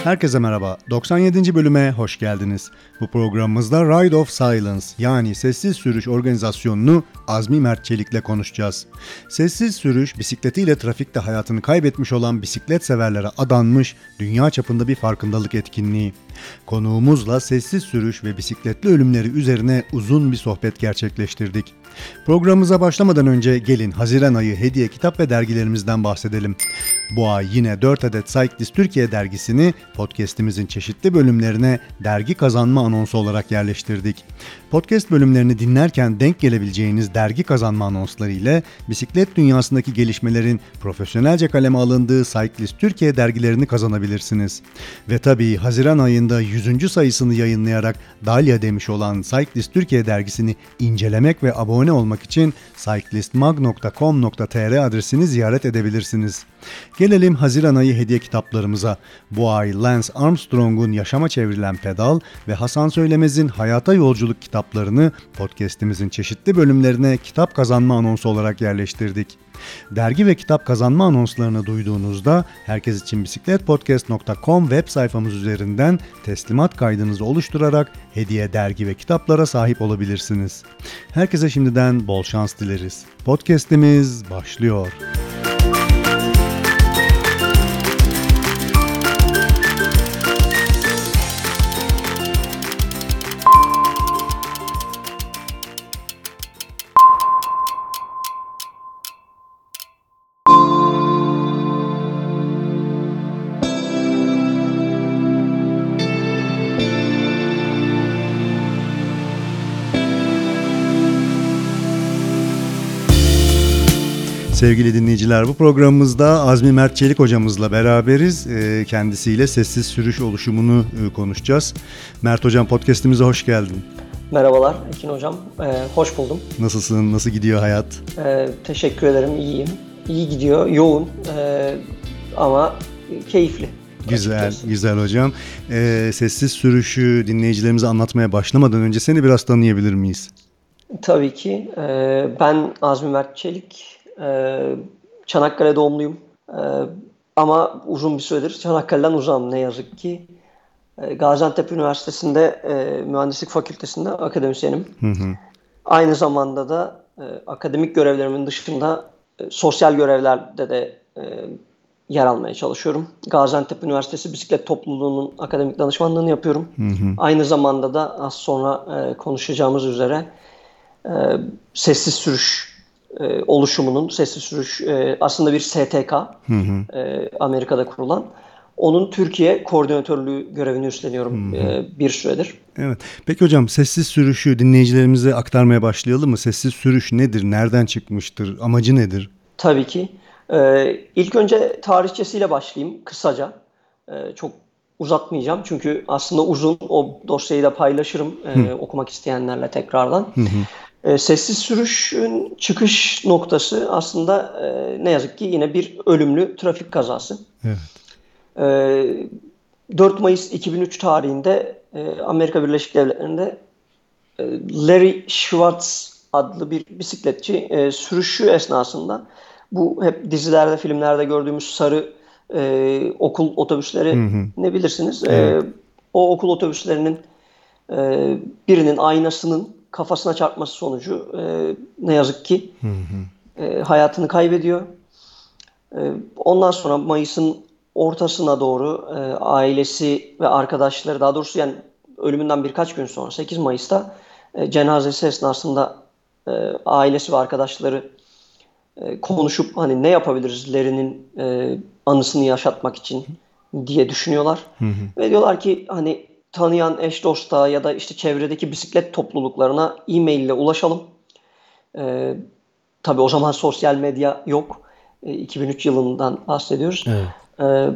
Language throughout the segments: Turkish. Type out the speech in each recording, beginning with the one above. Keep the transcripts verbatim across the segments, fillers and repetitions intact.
Herkese merhaba. doksan yedinci bölüme hoş geldiniz. Bu programımızda Ride of Silence yani Sessiz Sürüş organizasyonunu Azmi Mert Çelik'le konuşacağız. Sessiz sürüş, bisikletiyle trafikte hayatını kaybetmiş olan bisiklet severlere adanmış dünya çapında bir farkındalık etkinliği. Konuğumuzla sessiz sürüş ve bisikletli ölümleri üzerine uzun bir sohbet gerçekleştirdik. Programımıza başlamadan önce gelin Haziran ayı hediye kitap ve dergilerimizden bahsedelim. Bu ay yine dört adet Cyclist Türkiye dergisini podcast'imizin çeşitli bölümlerine dergi kazanma anonsu olarak yerleştirdik. Podcast bölümlerini dinlerken denk gelebileceğiniz dergi kazanma anonsları ile bisiklet dünyasındaki gelişmelerin profesyonelce kaleme alındığı Cyclist Türkiye dergilerini kazanabilirsiniz. Ve tabii Haziran ayında yüzüncü sayısını yayınlayarak Dalya demiş olan Cyclist Türkiye dergisini incelemek ve abone olmak için cyclistmag nokta com nokta tr adresini ziyaret edebilirsiniz. Gelelim Haziran ayı hediye kitaplarımıza. Bu ay Lance Armstrong'un Yaşama Çevrilen Pedal ve Hasan Söylemez'in Hayata Yolculuk kitaplarını podcast'imizin çeşitli bölümlerine kitap kazanma anonsu olarak yerleştirdik. Dergi ve kitap kazanma anonslarını duyduğunuzda herkes için bisikletpodcast nokta com web sayfamız üzerinden teslimat kaydınızı oluşturarak hediye dergi ve kitaplara sahip olabilirsiniz. Herkese şimdiden bol şans dileriz. Podcast'imiz başlıyor. Sevgili dinleyiciler, bu programımızda Azmi Mert Çelik hocamızla beraberiz. Kendisiyle sessiz sürüş oluşumunu konuşacağız. Mert hocam, podcast'imize hoş geldin. Merhabalar Ekin hocam, ee, hoş buldum. Nasılsın, nasıl gidiyor hayat? Ee, teşekkür ederim, iyiyim. İyi gidiyor, yoğun ee, ama keyifli. Güzel, açıkçası. güzel hocam. Ee, sessiz sürüşü dinleyicilerimize anlatmaya başlamadan önce seni biraz tanıyabilir miyiz? Tabii ki. Ee, ben Azmi Mert Çelik. Çanakkale doğumluyum ama uzun bir süredir Çanakkale'den uzağım ne yazık ki. Gaziantep Üniversitesi'nde Mühendislik Fakültesi'nde akademisyenim. Hı hı. Aynı zamanda da akademik görevlerimin dışında sosyal görevlerde de yer almaya çalışıyorum. Gaziantep Üniversitesi Bisiklet Topluluğu'nun akademik danışmanlığını yapıyorum. Hı hı. Aynı zamanda da az sonra konuşacağımız üzere sessiz sürüş E, oluşumunun, sessiz sürüş e, aslında bir S T K, hı hı. E, Amerika'da kurulan. Onun Türkiye koordinatörlüğü görevini üstleniyorum hı hı. E, bir süredir. Evet. Peki hocam, sessiz sürüşü dinleyicilerimize aktarmaya başlayalım mı? Sessiz sürüş nedir? Nereden çıkmıştır? Amacı nedir? Tabii ki. E, ilk önce tarihçesiyle başlayayım kısaca. E, çok uzatmayacağım çünkü aslında uzun, o dosyayı da paylaşırım e, okumak isteyenlerle tekrardan. Hı hı. E, sessiz sürüşün çıkış noktası aslında e, ne yazık ki yine bir ölümlü trafik kazası. Evet. E, dört Mayıs iki bin üç tarihinde e, Amerika Birleşik Devletleri'nde e, Larry Schwartz adlı bir bisikletçi e, sürüşü esnasında bu hep dizilerde, filmlerde gördüğümüz sarı e, okul otobüsleri hı hı. ne bilirsiniz? Evet. E, o okul otobüslerinin e, birinin aynasının kafasına çarpması sonucu e, ne yazık ki hı hı. E, hayatını kaybediyor. E, ondan sonra Mayıs'ın ortasına doğru e, ailesi ve arkadaşları, daha doğrusu yani ölümünden birkaç gün sonra sekiz Mayıs'ta e, cenazesi esnasında e, ailesi ve arkadaşları e, konuşup hani ne yapabiliriz Larry'nin e, anısını yaşatmak için diye düşünüyorlar. Hı hı. Ve diyorlar ki hani tanıyan eş dosta ya da işte çevredeki bisiklet topluluklarına e-mail ile ulaşalım. Ee, tabii o zaman sosyal medya yok. Ee, iki bin üç yılından bahsediyoruz. Evet. Ee,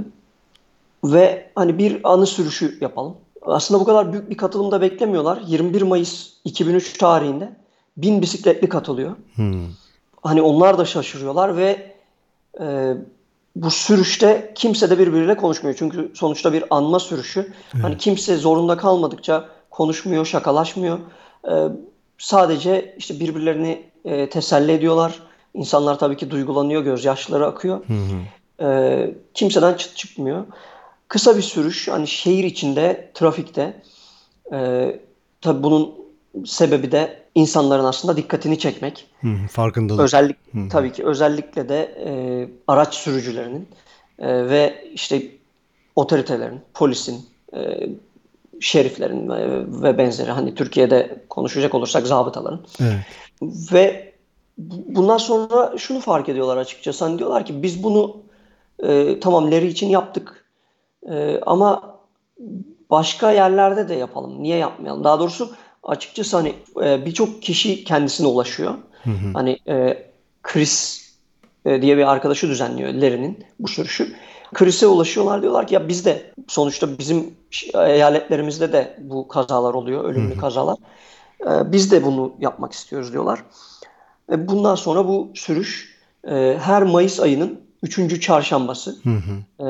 ve hani bir anı sürüşü yapalım. Aslında bu kadar büyük bir katılım da beklemiyorlar. yirmi bir Mayıs iki bin üç tarihinde bin bisikletli katılıyor. Hmm. Hani onlar da şaşırıyorlar ve e, bu sürüşte kimse de birbiriyle konuşmuyor. Çünkü sonuçta bir anma sürüşü. Evet. Hani kimse zorunda kalmadıkça konuşmuyor, şakalaşmıyor. Ee, sadece işte birbirlerini e, teselli ediyorlar. İnsanlar tabii ki duygulanıyor, gözyaşları akıyor. Hı hı. Ee, kimseden çıt çıkmıyor. kısa bir sürüş, hani şehir içinde, trafikte. E, tabii bunun sebebi de insanların aslında dikkatini çekmek. Hı hı, farkındalık. Özellik Hı hı. tabii ki özellikle de e, araç sürücülerinin e, ve işte otoritelerin, polisin, e, şeriflerin ve, ve benzeri, hani Türkiye'de konuşacak olursak zabıtaların. Evet. Ve bundan sonra şunu fark ediyorlar açıkçası. Hani diyorlar ki biz bunu e, tamam Larry için yaptık. E, ama başka yerlerde de yapalım. Niye yapmayalım? Daha doğrusu açıkçası hani e, birçok kişi kendisine ulaşıyor. Hı hı. Hani e, Chris e, diye bir arkadaşı düzenliyor Larry'nin bu sürüşü. Chris'e ulaşıyorlar, diyorlar ki ya biz de sonuçta bizim eyaletlerimizde de bu kazalar oluyor, Hı ölümlü hı. kazalar. E, biz de bunu yapmak istiyoruz diyorlar. E, bundan sonra bu sürüş e, her Mayıs ayının üçüncü çarşambası Hı hı. e,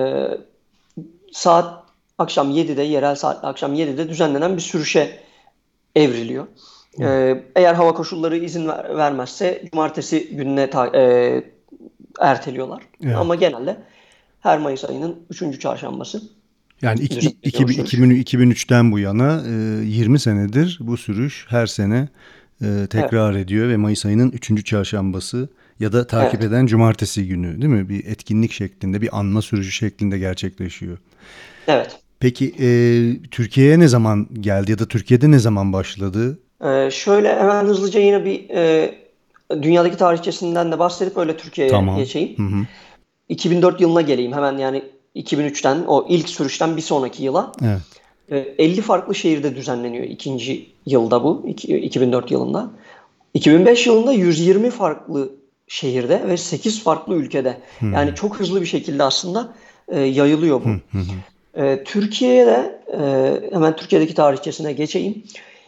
saat akşam yedide, yerel saatle akşam yedide düzenlenen bir sürüşe evriliyor. Ee, eğer hava koşulları izin ver- vermezse cumartesi gününe ta- e, erteliyorlar. Evet. Ama genelde her Mayıs ayının üçüncü çarşambası Yani iki- düzenleniyor iki- bu sürüş. iki bin iki bin üçten bu yana e, yirmi senedir bu sürüş her sene e, Evet, tekrar ediyor ve Mayıs ayının üçüncü çarşambası ya da takip evet, eden cumartesi günü, değil mi? Bir etkinlik şeklinde, bir anma sürücü şeklinde gerçekleşiyor. evet. Peki e, Türkiye'ye ne zaman geldi ya da Türkiye'de ne zaman başladı? Ee, şöyle hemen hızlıca yine bir e, dünyadaki tarihçesinden de bahsedip öyle Türkiye'ye Tamam. geçeyim. Hı hı. iki bin dört yılına geleyim hemen, yani iki bin üçten o ilk sürüşten bir sonraki yıla. Evet. E, elli farklı şehirde düzenleniyor ikinci yılda bu, iki- 2004 yılında. iki bin beş yılında yüz yirmi farklı şehirde ve sekiz farklı ülkede. Hı hı. Yani çok hızlı bir şekilde aslında e, yayılıyor Hı bu. hı. Hı. E, Türkiye'ye de e, hemen Türkiye'deki tarihçesine geçeyim.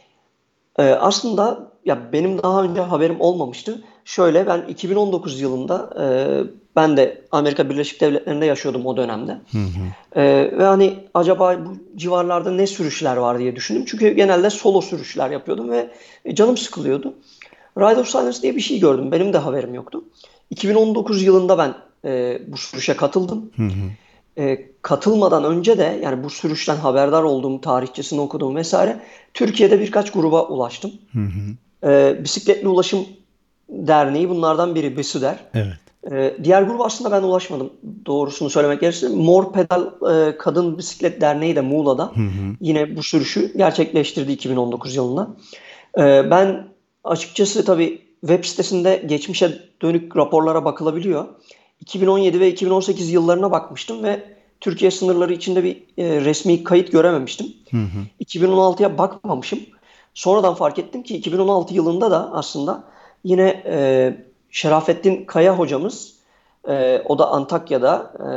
E, aslında ya benim daha önce haberim olmamıştı. Şöyle, ben iki bin on dokuz yılında e, ben de Amerika Birleşik Devletleri'nde yaşıyordum o dönemde. Hı hı. Ee, ve hani acaba bu civarlarda ne sürüşler var diye düşündüm. Çünkü genelde solo sürüşler yapıyordum ve canım sıkılıyordu. Ride of Silence diye bir şey gördüm. Benim de haberim yoktu. iki bin on dokuz yılında ben e, bu sürüşe katıldım. Hı hı. E, katılmadan önce de, yani bu sürüşten haberdar olduğum, tarihçesini okudum vesaire, Türkiye'de birkaç gruba ulaştım. Hı hı. E, Bisikletli Ulaşım Derneği bunlardan biri, BİSÜDER. Evet. Ee, diğer gruba aslında ben ulaşmadım. Doğrusunu söylemek gerekirse Mor Pedal e, Kadın Bisiklet Derneği de Muğla'da Hı hı. yine bu sürüşü gerçekleştirdi iki bin on dokuz yılında. Ee, ben açıkçası tabii web sitesinde geçmişe dönük raporlara bakılabiliyor. iki bin on yedi ve iki bin on sekiz yıllarına bakmıştım ve Türkiye sınırları içinde bir e, resmi kayıt görememiştim. Hı hı. iki bin on altıya bakmamışım. Sonradan fark ettim ki iki bin on altı yılında da aslında yine e, Şerafettin Kaya hocamız, e, o da Antakya'da e,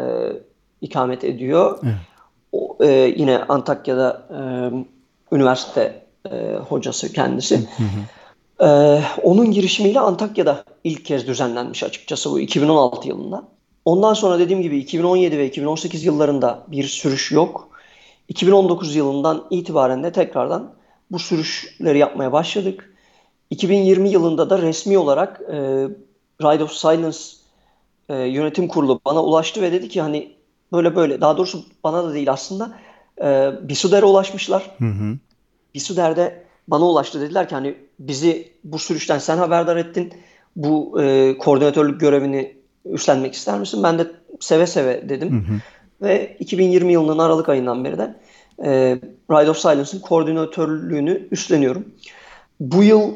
ikamet ediyor. Evet. O, e, yine Antakya'da e, üniversite e, hocası kendisi. Hı hı. E, onun girişimiyle Antakya'da ilk kez düzenlenmiş açıkçası bu iki bin on altı yılında. Ondan sonra dediğim gibi iki bin on yedi ve iki bin on sekiz yıllarında bir sürüş yok. iki bin on dokuz yılından itibaren de tekrardan bu sürüşleri yapmaya başladık. iki bin yirmi yılında da resmi olarak e, Ride of Silence e, yönetim kurulu bana ulaştı ve dedi ki hani böyle böyle, daha doğrusu bana da değil aslında, e, Bisuder'e ulaşmışlar. Hı hı. Bisuder de bana ulaştı, dediler ki hani bizi bu sürüşten sen haberdar ettin. Bu e, koordinatörlük görevini üstlenmek ister misin? Ben de seve seve Hı dedim. hı. Ve iki bin yirmi yılının Aralık ayından beri de e, Ride of Silence'ın koordinatörlüğünü üstleniyorum. Bu yıl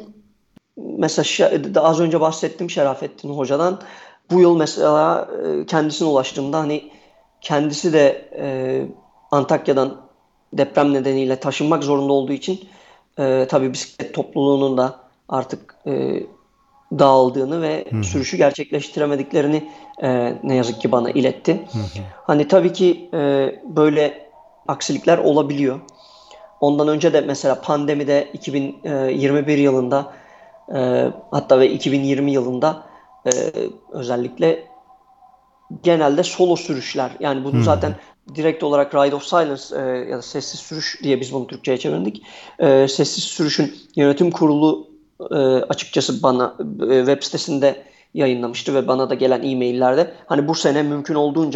mesela az önce bahsettim Şerafettin Hoca'dan. Bu yıl mesela e, kendisine ulaştığımda hani kendisi de e, Antakya'dan deprem nedeniyle taşınmak zorunda olduğu için e, tabii bisiklet topluluğunun da artık e, dağıldığını ve Hı hı. sürüşü gerçekleştiremediklerini e, ne yazık ki bana iletti. Hı hı. Hani tabii ki e, böyle aksilikler olabiliyor. Ondan önce de mesela pandemide iki bin yirmi bir yılında e, hatta ve iki bin yirmi yılında e, özellikle genelde solo sürüşler, yani Hı bunu hı. zaten direkt olarak Ride of Silence e, ya da sessiz sürüş diye biz bunu Türkçe'ye çevirdik. E, sessiz sürüşün yönetim kurulu e, açıkçası bana e, web sitesinde yayınlamıştı ve bana da gelen e-maillerde hani bu sene mümkün olduğunca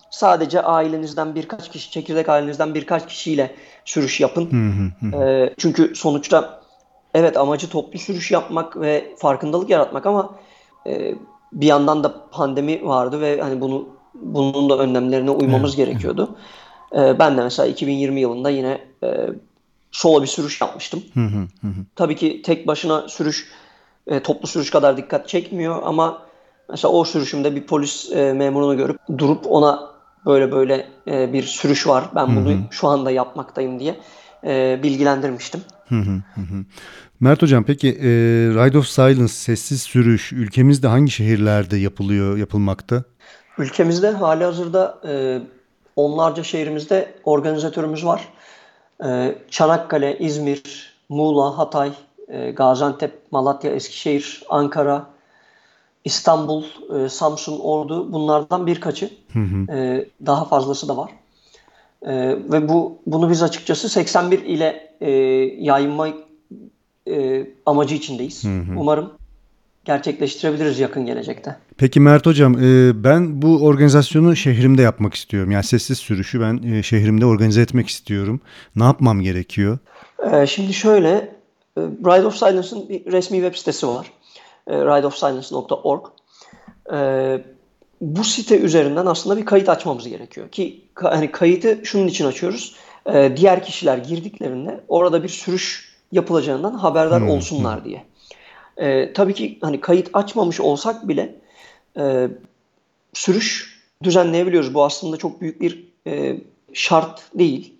Sadece ailenizden birkaç kişi, çekirdek ailenizden birkaç kişiyle sürüş yapın. Hı hı hı. E, çünkü sonuçta evet, amacı toplu sürüş yapmak ve farkındalık yaratmak ama e, bir yandan da pandemi vardı ve hani bunu bunun da önlemlerine Evet, uymamız evet. gerekiyordu. E, ben de mesela iki bin yirmi yılında yine e, solo bir sürüş yapmıştım. Hı hı hı hı. Tabii ki tek başına sürüş e, toplu sürüş kadar dikkat çekmiyor ama mesela o sürüşümde bir polis e, memurunu görüp durup ona böyle böyle e, bir sürüş var, Hı ben bunu hı. şu anda yapmaktayım diye e, bilgilendirmiştim. Hı hı hı hı. Mert Hocam, peki e, Ride of Silence, sessiz sürüş ülkemizde hangi şehirlerde yapılıyor, yapılmakta? Ülkemizde halihazırda e, onlarca şehrimizde organizatörümüz var. E, Çanakkale, İzmir, Muğla, Hatay, e, Gaziantep, Malatya, Eskişehir, Ankara, İstanbul, e, Samsun, Ordu, bunlardan birkaçı. Hı hı. E, daha fazlası da var. E, ve bu bunu biz açıkçası seksen bir ile e, yayınma e, amacı içindeyiz. Hı hı. Umarım gerçekleştirebiliriz yakın gelecekte. Peki Mert Hocam, e, ben bu organizasyonu şehrimde yapmak istiyorum. Yani sessiz sürüşü ben e, şehrimde organize etmek istiyorum. Ne yapmam gerekiyor? E, şimdi şöyle, e, Ride of Silence'ın bir resmi web sitesi var. E, ride of silence nokta org. E, bu site üzerinden aslında bir kayıt açmamız gerekiyor ki ka- hani kayıtı şunun için açıyoruz. E, diğer kişiler girdiklerinde orada bir sürüş yapılacağından haberdar Hı hı. olsunlar diye. E, tabii ki hani kayıt açmamış olsak bile e, sürüş düzenleyebiliyoruz. Bu aslında çok büyük bir e, şart değil.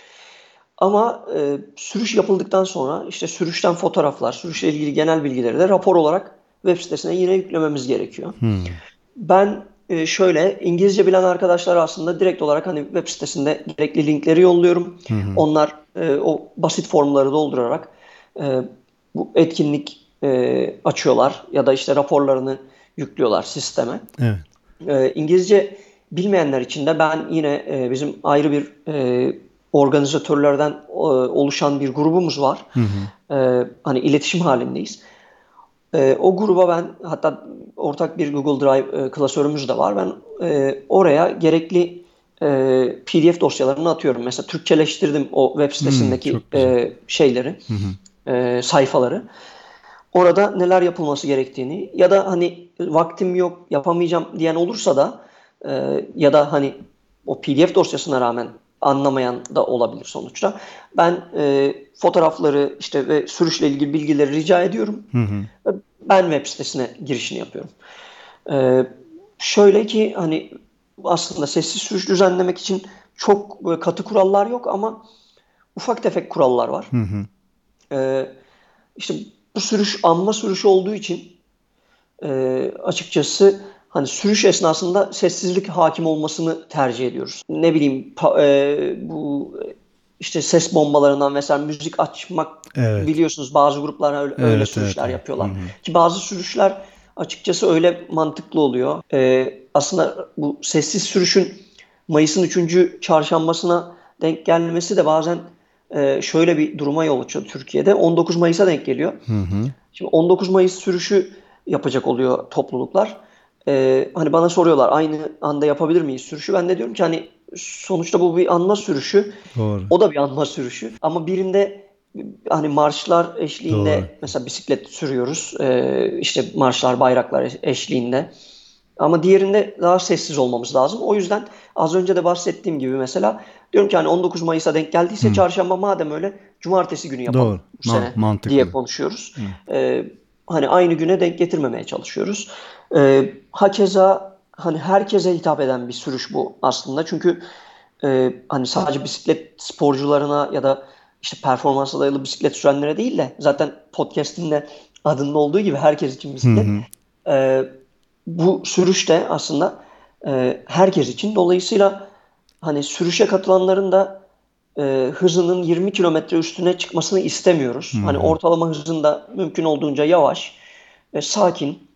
Ama e, sürüş yapıldıktan sonra işte sürüşten fotoğraflar, sürüşle ilgili genel bilgileri de rapor olarak web sitesine yine yüklememiz gerekiyor. Hı Ben e, şöyle, İngilizce bilen arkadaşlar aslında direkt olarak hani web sitesinde gerekli linkleri yolluyorum. hı. Hı. Onlar e, o basit formları doldurarak e, bu etkinlik e, açıyorlar ya da işte raporlarını yüklüyorlar sisteme. Evet. E, İngilizce bilmeyenler için de ben yine e, bizim ayrı bir e, organizatörlerden e, oluşan bir grubumuz var. Hı hı. E, hani iletişim halindeyiz. E, o gruba ben, hatta ortak bir Google Drive e, klasörümüz de var. Ben e, oraya gerekli e, P D F dosyalarını atıyorum. Mesela Türkçeleştirdim o web Hı, sitesindeki çok güzel. e, şeyleri, Hı hı. e, sayfaları. Orada neler yapılması gerektiğini ya da hani vaktim yok, yapamayacağım diyen olursa da e, ya da hani o P D F dosyasına rağmen anlamayan da olabilir sonuçta. Ben e, fotoğrafları işte ve sürüşle ilgili bilgileri rica ediyorum. Hı hı. Ben web sitesine girişini yapıyorum. Ee, şöyle ki hani aslında sessiz sürüş düzenlemek için çok böyle katı kurallar yok ama ufak tefek kurallar var. Hı hı. Ee, işte bu sürüş anma sürüşü olduğu için e, açıkçası hani sürüş esnasında sessizlik hakim olmasını tercih ediyoruz. Ne bileyim pa- e, bu işte ses bombalarından mesela müzik açmak, Evet. biliyorsunuz bazı gruplar öyle, öyle Evet, evet, sürüşler evet. Hı yapıyorlar. hı. Ki bazı sürüşler açıkçası öyle mantıklı oluyor. E, aslında bu sessiz sürüşün Mayıs'ın üçüncü çarşambasına denk gelmesi de bazen e, şöyle bir duruma yol açıyor Türkiye'de. on dokuz Mayıs'a denk geliyor. Hı hı. Şimdi on dokuz Mayıs sürüşü yapacak oluyor topluluklar. Ee, hani bana soruyorlar aynı anda yapabilir miyiz sürüşü? Ben de diyorum ki hani sonuçta bu bir anma sürüşü. Doğru. O da bir anma sürüşü. Ama birinde hani marşlar Doğru. eşliğinde mesela bisiklet sürüyoruz. Ee, işte marşlar, bayraklar eşliğinde. Ama diğerinde daha sessiz olmamız lazım. O yüzden az önce de bahsettiğim gibi mesela diyorum ki hani on dokuz Mayıs'a denk geldiyse Hı. çarşamba madem öyle cumartesi günü yapalım Doğru. bu Man- sene diye mantıklı. konuşuyoruz. Hı. Ee, hani aynı güne denk getirmemeye çalışıyoruz. Ee, hakeza hani herkese hitap eden bir sürüş bu aslında. Çünkü e, hani sadece bisiklet sporcularına ya da işte performansla dayalı bisiklet sürenlere değil de zaten podcast'in de adında olduğu gibi herkes için Hı bisiklet. hı. Ee, bu sürüş de aslında e, herkes için. Dolayısıyla hani sürüşe katılanların da e, hızının yirmi kilometre üstüne çıkmasını Hı istemiyoruz. Hani hı. ortalama hızında mümkün olduğunca yavaş, e, sakin,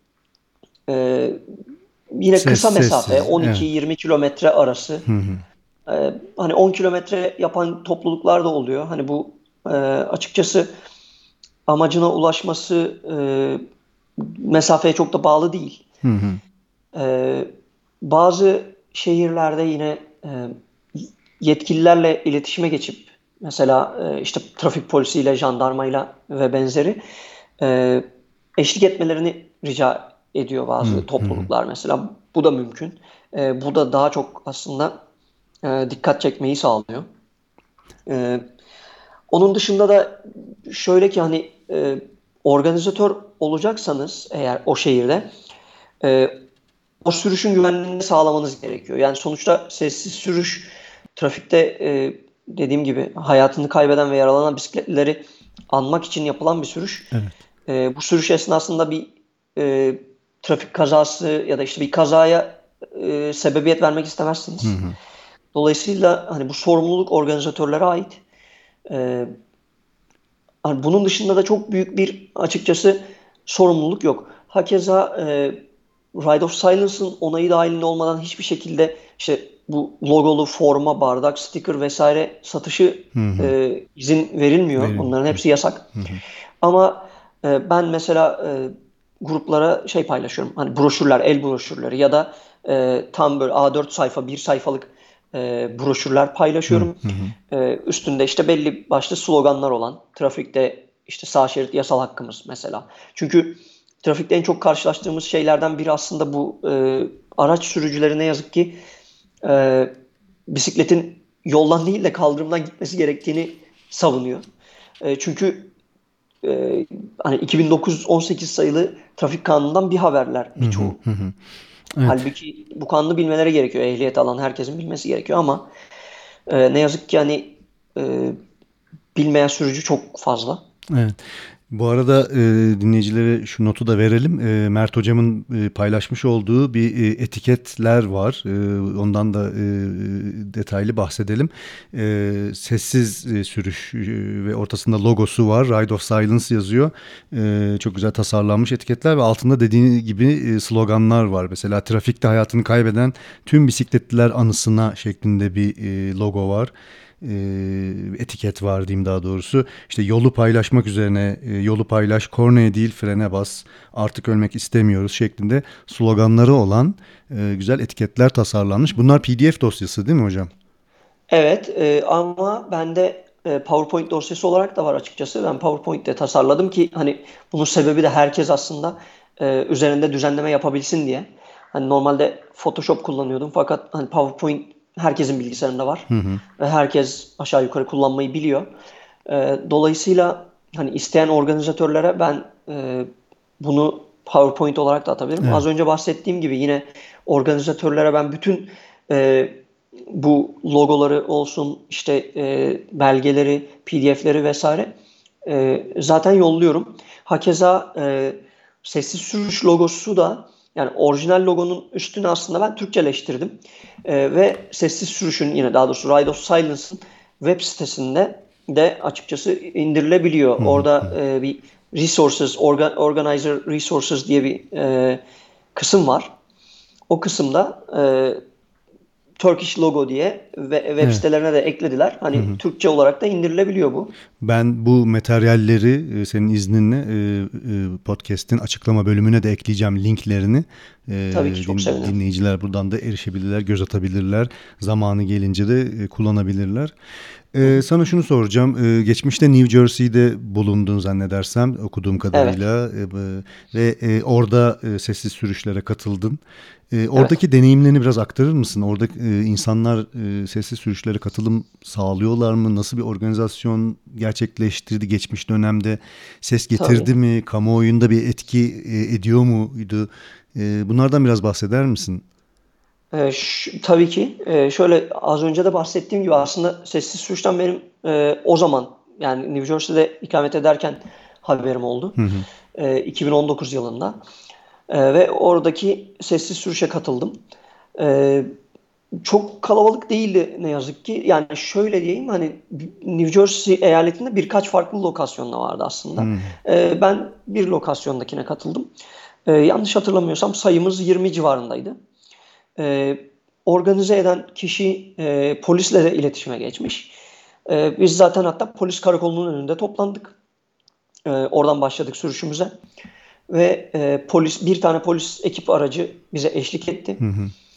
e, yine Ses kısa mesafe sessiz. Evet. on iki yirmi kilometre arası. Hı hı. E, hani on kilometre yapan topluluklar da oluyor. Hani bu e, açıkçası amacına ulaşması e, mesafeye çok da bağlı değil. Hı hı. Ee, bazı şehirlerde yine e, yetkililerle iletişime geçip mesela e, işte trafik polisiyle, jandarmayla ve benzeri e, eşlik etmelerini rica ediyor Hı bazı hı. Hı. topluluklar mesela. Bu da mümkün. E, bu da daha çok aslında e, dikkat çekmeyi sağlıyor. E, Onun dışında da şöyle ki hani e, organizatör olacaksanız eğer o şehirde e, o sürüşün güvenliğini sağlamanız gerekiyor. Yani sonuçta sessiz sürüş trafikte e, dediğim gibi hayatını kaybeden ve yaralanan bisikletlileri anmak için yapılan bir sürüş. Evet. E, bu sürüş esnasında bir e, trafik kazası ya da işte bir kazaya e, sebebiyet vermek Hı istemezsiniz. hı. Dolayısıyla hani bu sorumluluk organizatörlere ait. E, Hani bunun dışında da çok büyük bir açıkçası sorumluluk yok. Hakeza e, Ride of Silence'ın onayı dahilinde olmadan hiçbir şekilde işte bu logolu forma, bardak, sticker vesaire satışı Hı hı. e, izin verilmiyor. Verilmiyor. Onların Hı hepsi yasak. hı. Hı. Ama e, ben mesela e, gruplara şey paylaşıyorum. Hani broşürler, el broşürleri ya da e, tam böyle A dört sayfa, bir sayfalık e, broşürler Hı paylaşıyorum. hı. E, üstünde işte belli başlı sloganlar olan, trafikte işte sağ şerit yasal hakkımız mesela. Çünkü trafikte en çok karşılaştığımız şeylerden biri aslında bu e, araç sürücüleri ne yazık ki e, bisikletin yoldan değil de kaldırımdan gitmesi gerektiğini savunuyor. E, çünkü e, hani iki bin dokuz yüz on sekiz sayılı trafik kanunundan bir haberler Hı hı. birçoğu. Hı hı. Evet. Halbuki bu kanunu bilmeleri gerekiyor. Ehliyet alan herkesin bilmesi gerekiyor ama e, ne yazık ki hani e, bilmeyen sürücü çok fazla. Evet. Bu arada e, dinleyicilere şu notu da verelim. E, Mert Hocam'ın e, paylaşmış olduğu bir e, etiketler var. E, ondan da e, detaylı bahsedelim. E, sessiz e, sürüş e, ve ortasında logosu var. Ride of Silence yazıyor. E, çok güzel tasarlanmış etiketler ve altında dediği gibi e, sloganlar var. Mesela trafikte hayatını kaybeden tüm bisikletliler anısına şeklinde bir e, logo var, e, etiket var diyeyim daha doğrusu. İşte yolu paylaşmak üzerine e, yolu paylaş, kornaya değil frene bas, artık ölmek istemiyoruz şeklinde sloganları olan e, güzel etiketler tasarlanmış. Bunlar P D F dosyası değil mi hocam? Evet e, ama bende e, PowerPoint dosyası olarak da var açıkçası. Ben PowerPoint'te tasarladım ki hani bunun sebebi de herkes aslında e, üzerinde düzenleme yapabilsin diye. Hani normalde Photoshop kullanıyordum fakat hani PowerPoint herkesin bilgisayarında var Hı hı. ve herkes aşağı yukarı kullanmayı biliyor. E, dolayısıyla hani isteyen organizatörlere ben e, bunu PowerPoint olarak da atabilirim. Evet. Az önce bahsettiğim gibi yine organizatörlere ben bütün e, bu logoları olsun işte e, belgeleri, P D F'leri vesaire e, zaten yolluyorum. Hakeza e, sessiz sürüş logosu da yani orijinal logonun üstüne aslında ben Türkçeleştirdim. E, ve sessiz sürüşün yine daha doğrusu Ride of Silence'ın web sitesinde de açıkçası indirilebiliyor. Hı hı. Orada e, bir resources, orga, organizer resources diye bir e, kısım var. O kısımda e, Turkish logo diye ve web Evet. sitelerine de eklediler. Hı Hani hı. Türkçe olarak da indirilebiliyor bu. Ben bu materyalleri e, senin izninle e, e, podcast'in açıklama bölümüne de ekleyeceğim linklerini. E, Tabii ki çok din- sevinirim. dinleyiciler buradan da erişebilirler, göz atabilirler. Zamanı gelince de e, kullanabilirler. E, sana şunu soracağım. E, geçmişte New Jersey'de bulundun zannedersem okuduğum Evet, kadarıyla e, b- ve e, orada e, sessiz sürüşlere katıldın. E, evet. oradaki deneyimlerini biraz aktarır mısın? Orada e, insanlar e, sessiz sürüşlere katılım sağlıyorlar mı? Nasıl bir organizasyon gerçekleştirdi geçmiş dönemde? Ses Tabii. getirdi mi? Kamuoyunda bir etki e, ediyor muydu? E, bunlardan biraz bahseder misin? Ee, ş- tabii ki. Ee, şöyle az önce de bahsettiğim gibi aslında sessiz sürüşten benim e, o zaman yani New Jersey'de ikamet ederken haberim oldu. Hı hı. Ee, iki bin on dokuz yılında. Ee, ve oradaki sessiz sürüşe katıldım. Ee, Çok kalabalık değildi ne yazık ki. Yani şöyle diyeyim hani New Jersey eyaletinde birkaç farklı lokasyonda vardı aslında. Hı Ee, ben bir lokasyondakine katıldım. Ee, yanlış hatırlamıyorsam sayımız yirmi civarındaydı. Ee, Organize eden kişi e, polisle de iletişime geçmiş. Ee, biz zaten hatta polis karakolunun önünde toplandık. Ee, oradan başladık sürüşümüze. Ve e, polis bir tane polis ekip aracı bize eşlik etti. hı. Hı.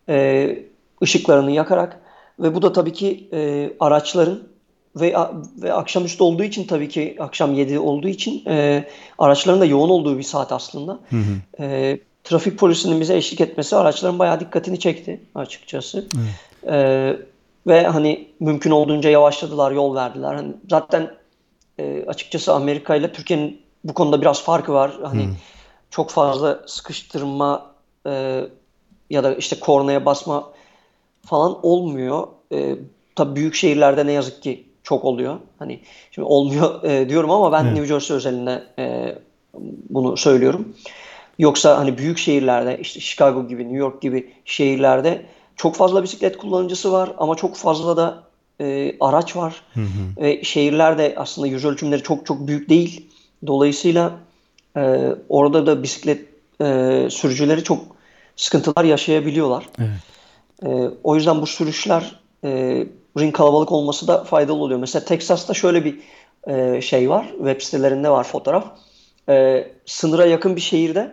e, ışıklarını yakarak ve bu da tabii ki e, araçların ve ve akşamüstü olduğu için tabii ki akşam yedi olduğu için e, araçların da yoğun olduğu bir saat aslında. Hı hı. E, trafik polisinin bize eşlik etmesi araçların bayağı dikkatini çekti açıkçası. Evet. E, ve hani mümkün olduğunca yavaşladılar, yol verdiler. Hani zaten e, açıkçası Amerika ile Türkiye'nin bu konuda biraz farkı var. Hani Hı. çok fazla sıkıştırma e, ya da işte kornaya basma falan olmuyor. E, tabii büyük şehirlerde ne yazık ki çok oluyor. Hani şimdi olmuyor e, diyorum ama ben Evet. New Jersey özelinde e, bunu söylüyorum. Yoksa hani büyük şehirlerde işte Chicago gibi, New York gibi şehirlerde çok fazla bisiklet kullanıcısı var ama çok fazla da e, araç var. Hı hı. Ve şehirler de aslında yüz ölçümleri çok çok büyük değil. Dolayısıyla e, orada da bisiklet e, sürücüleri çok sıkıntılar yaşayabiliyorlar. Evet. E, o yüzden bu sürüşler e, rin kalabalık olması da faydalı oluyor. Mesela Texas'ta şöyle bir e, şey var. Web sitelerinde var fotoğraf. E, sınıra yakın bir şehirde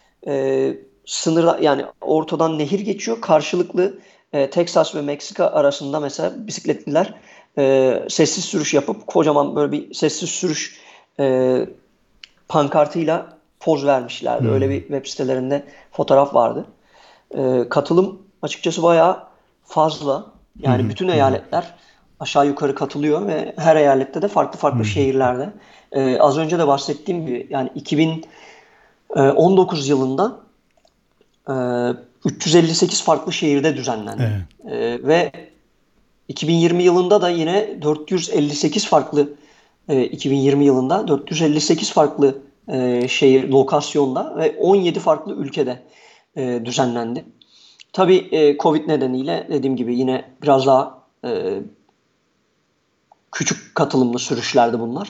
e, sınırda yani ortadan nehir geçiyor. Karşılıklı e, Texas ve Meksika arasında mesela bisikletliler e, sessiz sürüş yapıp kocaman böyle bir sessiz sürüş e, pankartıyla poz vermişlerdi. Hı. Öyle bir web sitelerinde fotoğraf vardı. E, katılım açıkçası bayağı fazla. Hı Yani hı. bütün Hı hı. eyaletler aşağı yukarı katılıyor ve her eyalette de farklı Hı farklı hı. şehirlerde. E, az önce de bahsettiğim gibi yani iki bin on dokuz yılında e, üç yüz elli sekiz farklı şehirde düzenlendi. Evet. E, ve iki bin yirmi yılında da yine dört yüz elli sekiz farklı e, iki bin yirmi yılında dört yüz elli sekiz farklı e, şehir lokasyonda ve on yedi farklı ülkede e, düzenlendi. Tabii e, Covid nedeniyle dediğim gibi yine biraz daha e, küçük katılımlı sürüşlerdi bunlar.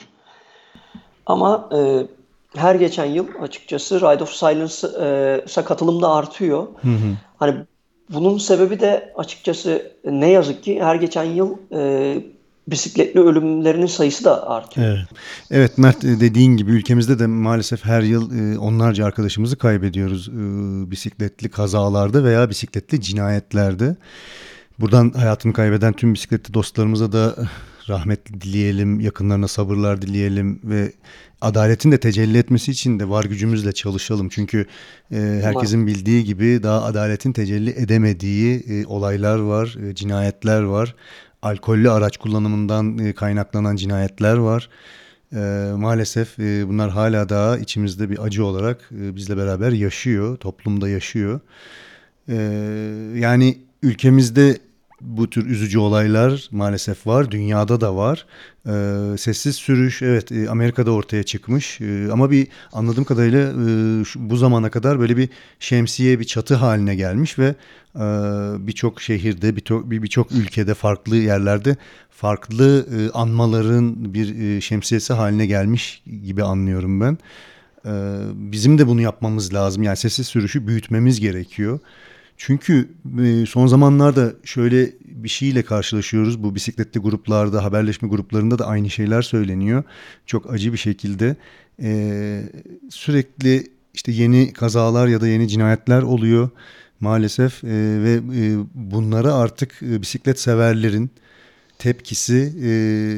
Ama e, her geçen yıl açıkçası Ride of Silence'a katılım da artıyor. Hı hı. Hani bunun sebebi de açıkçası ne yazık ki her geçen yıl e, bisikletli ölümlerinin sayısı da artıyor. Evet. Evet Mert, e, dediğin gibi ülkemizde de maalesef her yıl e, onlarca arkadaşımızı kaybediyoruz e, bisikletli kazalarda veya bisikletli cinayetlerde. Buradan hayatını kaybeden tüm bisikletli dostlarımıza da rahmet dileyelim, yakınlarına sabırlar dileyelim ve adaletin de tecelli etmesi için de var gücümüzle çalışalım. Çünkü e, Umarım. herkesin bildiği gibi daha adaletin tecelli edemediği e, olaylar var, e, cinayetler var. Alkollü araç kullanımından e, kaynaklanan cinayetler var. E, maalesef e, bunlar hala daha içimizde bir acı olarak e, bizle beraber yaşıyor, toplumda yaşıyor. E, yani ülkemizde bu tür üzücü olaylar maalesef var. Dünyada da var. Ee, sessiz sürüş, evet, e, Amerika'da ortaya çıkmış. Ee, ama bir anladığım kadarıyla e, şu- bu zamana kadar böyle bir şemsiye, bir çatı haline gelmiş ve e, birçok şehirde, birçok bir- birçok ülkede, farklı yerlerde farklı e, anmaların bir e, şemsiyesi haline gelmiş gibi anlıyorum ben. Ee, bizim de bunu yapmamız lazım. Yani sessiz sürüşü büyütmemiz gerekiyor. Çünkü e, son zamanlarda şöyle bir şeyle karşılaşıyoruz. Bu bisikletli gruplarda, haberleşme gruplarında da aynı şeyler söyleniyor. Çok acı bir şekilde. Ee, sürekli işte yeni kazalar ya da yeni cinayetler oluyor maalesef. Ee, ve e, bunlara artık e, bisiklet severlerin tepkisi e,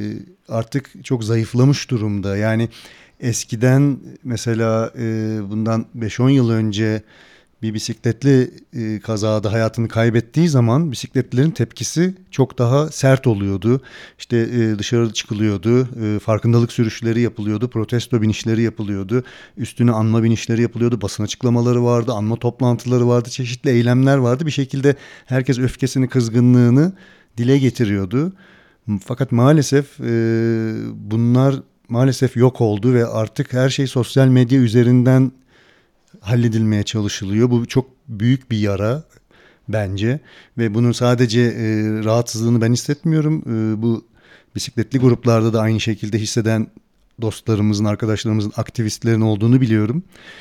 artık çok zayıflamış durumda. Yani eskiden mesela e, bundan beş on yıl önce bir bisikletli e, kazada hayatını kaybettiği zaman bisikletlilerin tepkisi çok daha sert oluyordu. İşte e, dışarı çıkılıyordu, e, farkındalık sürüşleri yapılıyordu, protesto binişleri yapılıyordu, üstüne anma binişleri yapılıyordu, basın açıklamaları vardı, anma toplantıları vardı, çeşitli eylemler vardı. Bir şekilde herkes öfkesini, kızgınlığını dile getiriyordu. Fakat maalesef e, bunlar maalesef yok oldu ve artık her şey sosyal medya üzerinden halledilmeye çalışılıyor. Bu çok büyük bir yara bence ve bunun sadece e, rahatsızlığını ben hissetmiyorum. E, bu bisikletli gruplarda da aynı şekilde hisseden dostlarımızın, arkadaşlarımızın, aktivistlerin olduğunu biliyorum.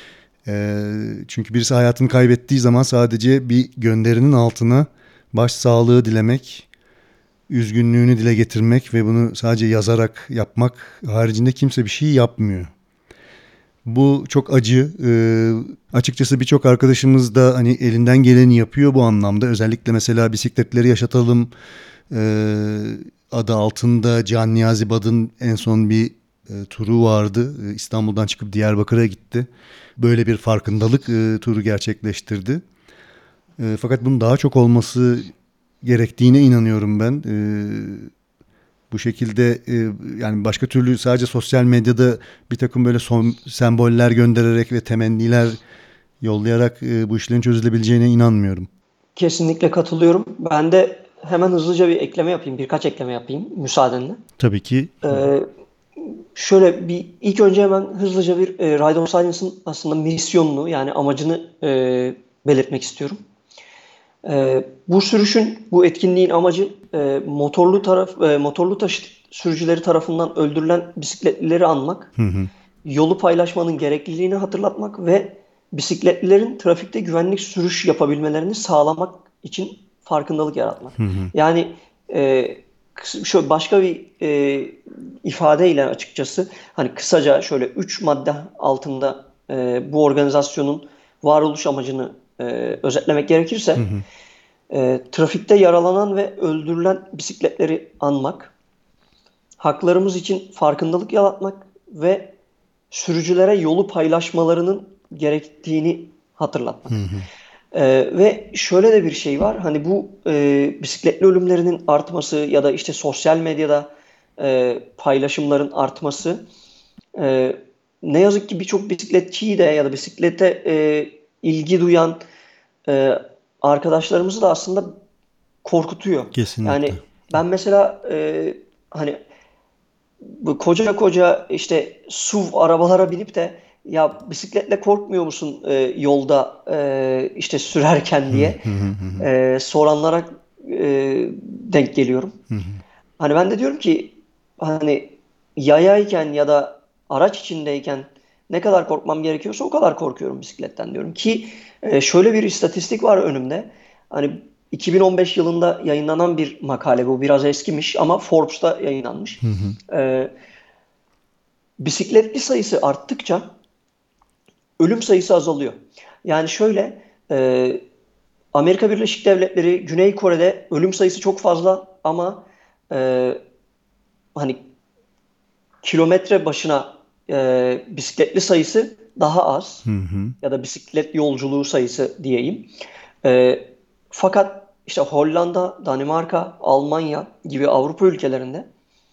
E, çünkü birisi hayatını kaybettiği zaman sadece bir gönderinin altına başsağlığı dilemek, üzgünlüğünü dile getirmek ve bunu sadece yazarak yapmak haricinde kimse bir şey yapmıyor. Bu çok acı. Ee, açıkçası birçok arkadaşımız da hani elinden geleni yapıyor bu anlamda. Özellikle mesela bisikletleri yaşatalım e, adı altında Can Niyazi Bad'ın en son bir e, turu vardı. E, İstanbul'dan çıkıp Diyarbakır'a gitti. Böyle bir farkındalık e, turu gerçekleştirdi. E, fakat bunun daha çok olması gerektiğine inanıyorum ben. E, bu şekilde e, yani başka türlü sadece sosyal medyada bir takım böyle son semboller göndererek ve temenniler yollayarak e, bu işlerin çözülebileceğine inanmıyorum. Kesinlikle katılıyorum. Ben de hemen hızlıca bir ekleme yapayım, birkaç ekleme yapayım müsaadenle. Tabii ki. Ee, Şöyle bir ilk önce hemen hızlıca bir e, Ride of Silence'ın aslında misyonunu yani amacını e, belirtmek istiyorum. E, bu sürüşün, bu etkinliğin amacı e, motorlu taraf, e, motorlu taşıt sürücüleri tarafından öldürülen bisikletlileri anmak, Hı hı. yolu paylaşmanın gerekliliğini hatırlatmak ve bisikletlilerin trafikte güvenlik sürüş yapabilmelerini sağlamak için farkındalık yaratmak. Hı hı. Yani e, kıs- şöyle başka bir e, ifadeyle açıkçası hani kısaca şöyle üç madde altında e, bu organizasyonun varoluş amacını e, özetlemek Hı gerekirse hı. e, trafikte yaralanan ve öldürülen bisikletleri anmak, haklarımız için farkındalık yaratmak ve sürücülere yolu paylaşmalarının gerektiğini hatırlatmak. Hı hı. Ee, ve şöyle de bir şey var. Hani bu e, bisikletli ölümlerinin artması ya da işte sosyal medyada e, paylaşımların artması e, ne yazık ki birçok bisikletçiyi de ya da bisiklete e, ilgi duyan e, arkadaşlarımızı da aslında korkutuyor. Kesinlikle. Yani ben mesela e, hani bu koca koca işte S U V arabalara binip de ya bisikletle korkmuyor musun e, yolda e, işte sürerken Hı diye hı. Hı hı. e, soranlara e, denk geliyorum. Hı hı. Hani ben de diyorum ki hani yayayken ya da araç içindeyken ne kadar korkmam gerekiyorsa o kadar korkuyorum bisikletten diyorum ki e, şöyle bir istatistik var önümde. Hani iki bin on beş yılında yayınlanan bir makale bu biraz eskimiş ama Forbes'ta yayınlanmış. Hı hı. E, Bisikletli sayısı arttıkça ölüm sayısı azalıyor. Yani şöyle e, Amerika Birleşik Devletleri, Güney Kore'de ölüm sayısı çok fazla ama e, hani kilometre başına e, bisikletli sayısı daha az Hı hı. ya da bisiklet yolculuğu sayısı diyeyim. E, Fakat işte Hollanda, Danimarka, Almanya gibi Avrupa ülkelerinde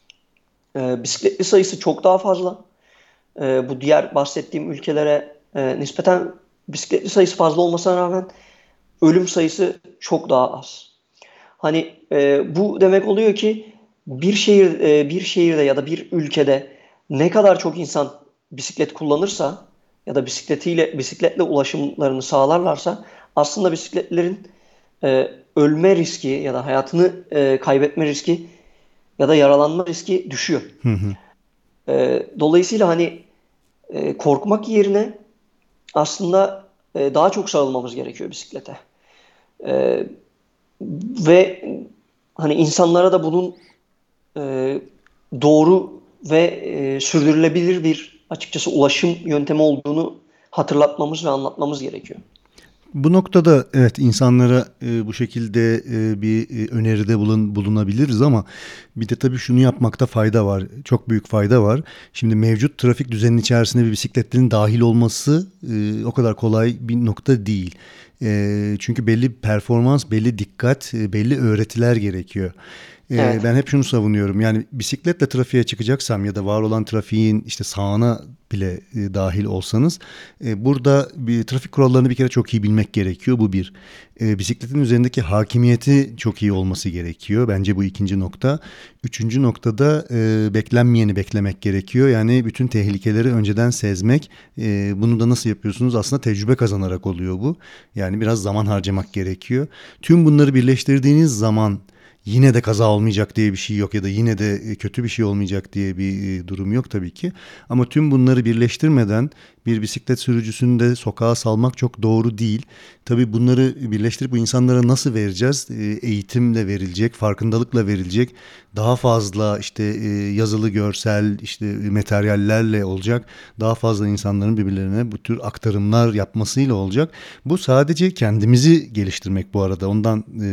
e, bisikletli sayısı çok daha fazla. E, bu diğer bahsettiğim ülkelere e, nispeten bisikletli sayısı fazla olmasına rağmen ölüm sayısı çok daha az. Hani e, bu demek oluyor ki bir şehir e, bir şehirde ya da bir ülkede ne kadar çok insan bisiklet kullanırsa ya da bisikletiyle bisikletle ulaşımlarını sağlarlarsa aslında bisikletlerin e, ölme riski ya da hayatını e, kaybetme riski ya da yaralanma riski düşüyor. Hı hı. E, dolayısıyla hani e, korkmak yerine aslında e, daha çok sarılmamız gerekiyor bisiklete. E, Ve hani insanlara da bunun e, doğru ve e, sürdürülebilir bir açıkçası ulaşım yöntemi olduğunu hatırlatmamız ve anlatmamız gerekiyor. Bu noktada evet insanlara e, bu şekilde e, bir e, öneride bulun, bulunabiliriz ama bir de tabii şunu yapmakta fayda var. Çok büyük fayda var. Şimdi mevcut trafik düzeninin içerisine bir bisikletlerin dahil olması e, o kadar kolay bir nokta değil. E, çünkü belli bir performans, belli dikkat, e, belli öğretiler gerekiyor. E, Evet, ben hep şunu savunuyorum. Yani bisikletle trafiğe çıkacaksam ya da var olan trafiğin işte sağına bile e, dahil olsanız e, burada bir trafik kurallarını bir kere çok iyi bilmek gerekiyor. Bu bir. E, bisikletin üzerindeki hakimiyeti çok iyi olması gerekiyor. Bence bu ikinci nokta. Üçüncü noktada e, beklenmeyeni beklemek gerekiyor. Yani bütün tehlikeleri önceden sezmek. E, bunu da nasıl yapıyorsunuz? Aslında tecrübe kazanarak oluyor bu. Yani biraz zaman harcamak gerekiyor. Tüm bunları birleştirdiğiniz zaman yine de kaza olmayacak diye bir şey yok ya da yine de kötü bir şey olmayacak diye bir durum yok tabii ki. Ama tüm bunları birleştirmeden bir bisiklet sürücüsünü de sokağa salmak çok doğru değil. Tabii bunları birleştirip bu insanlara nasıl vereceğiz? Eğitimle verilecek, farkındalıkla verilecek, daha fazla işte yazılı, görsel, işte materyallerle olacak, daha fazla insanların birbirlerine bu tür aktarımlar yapmasıyla olacak. Bu sadece kendimizi geliştirmek bu arada. Ondan e,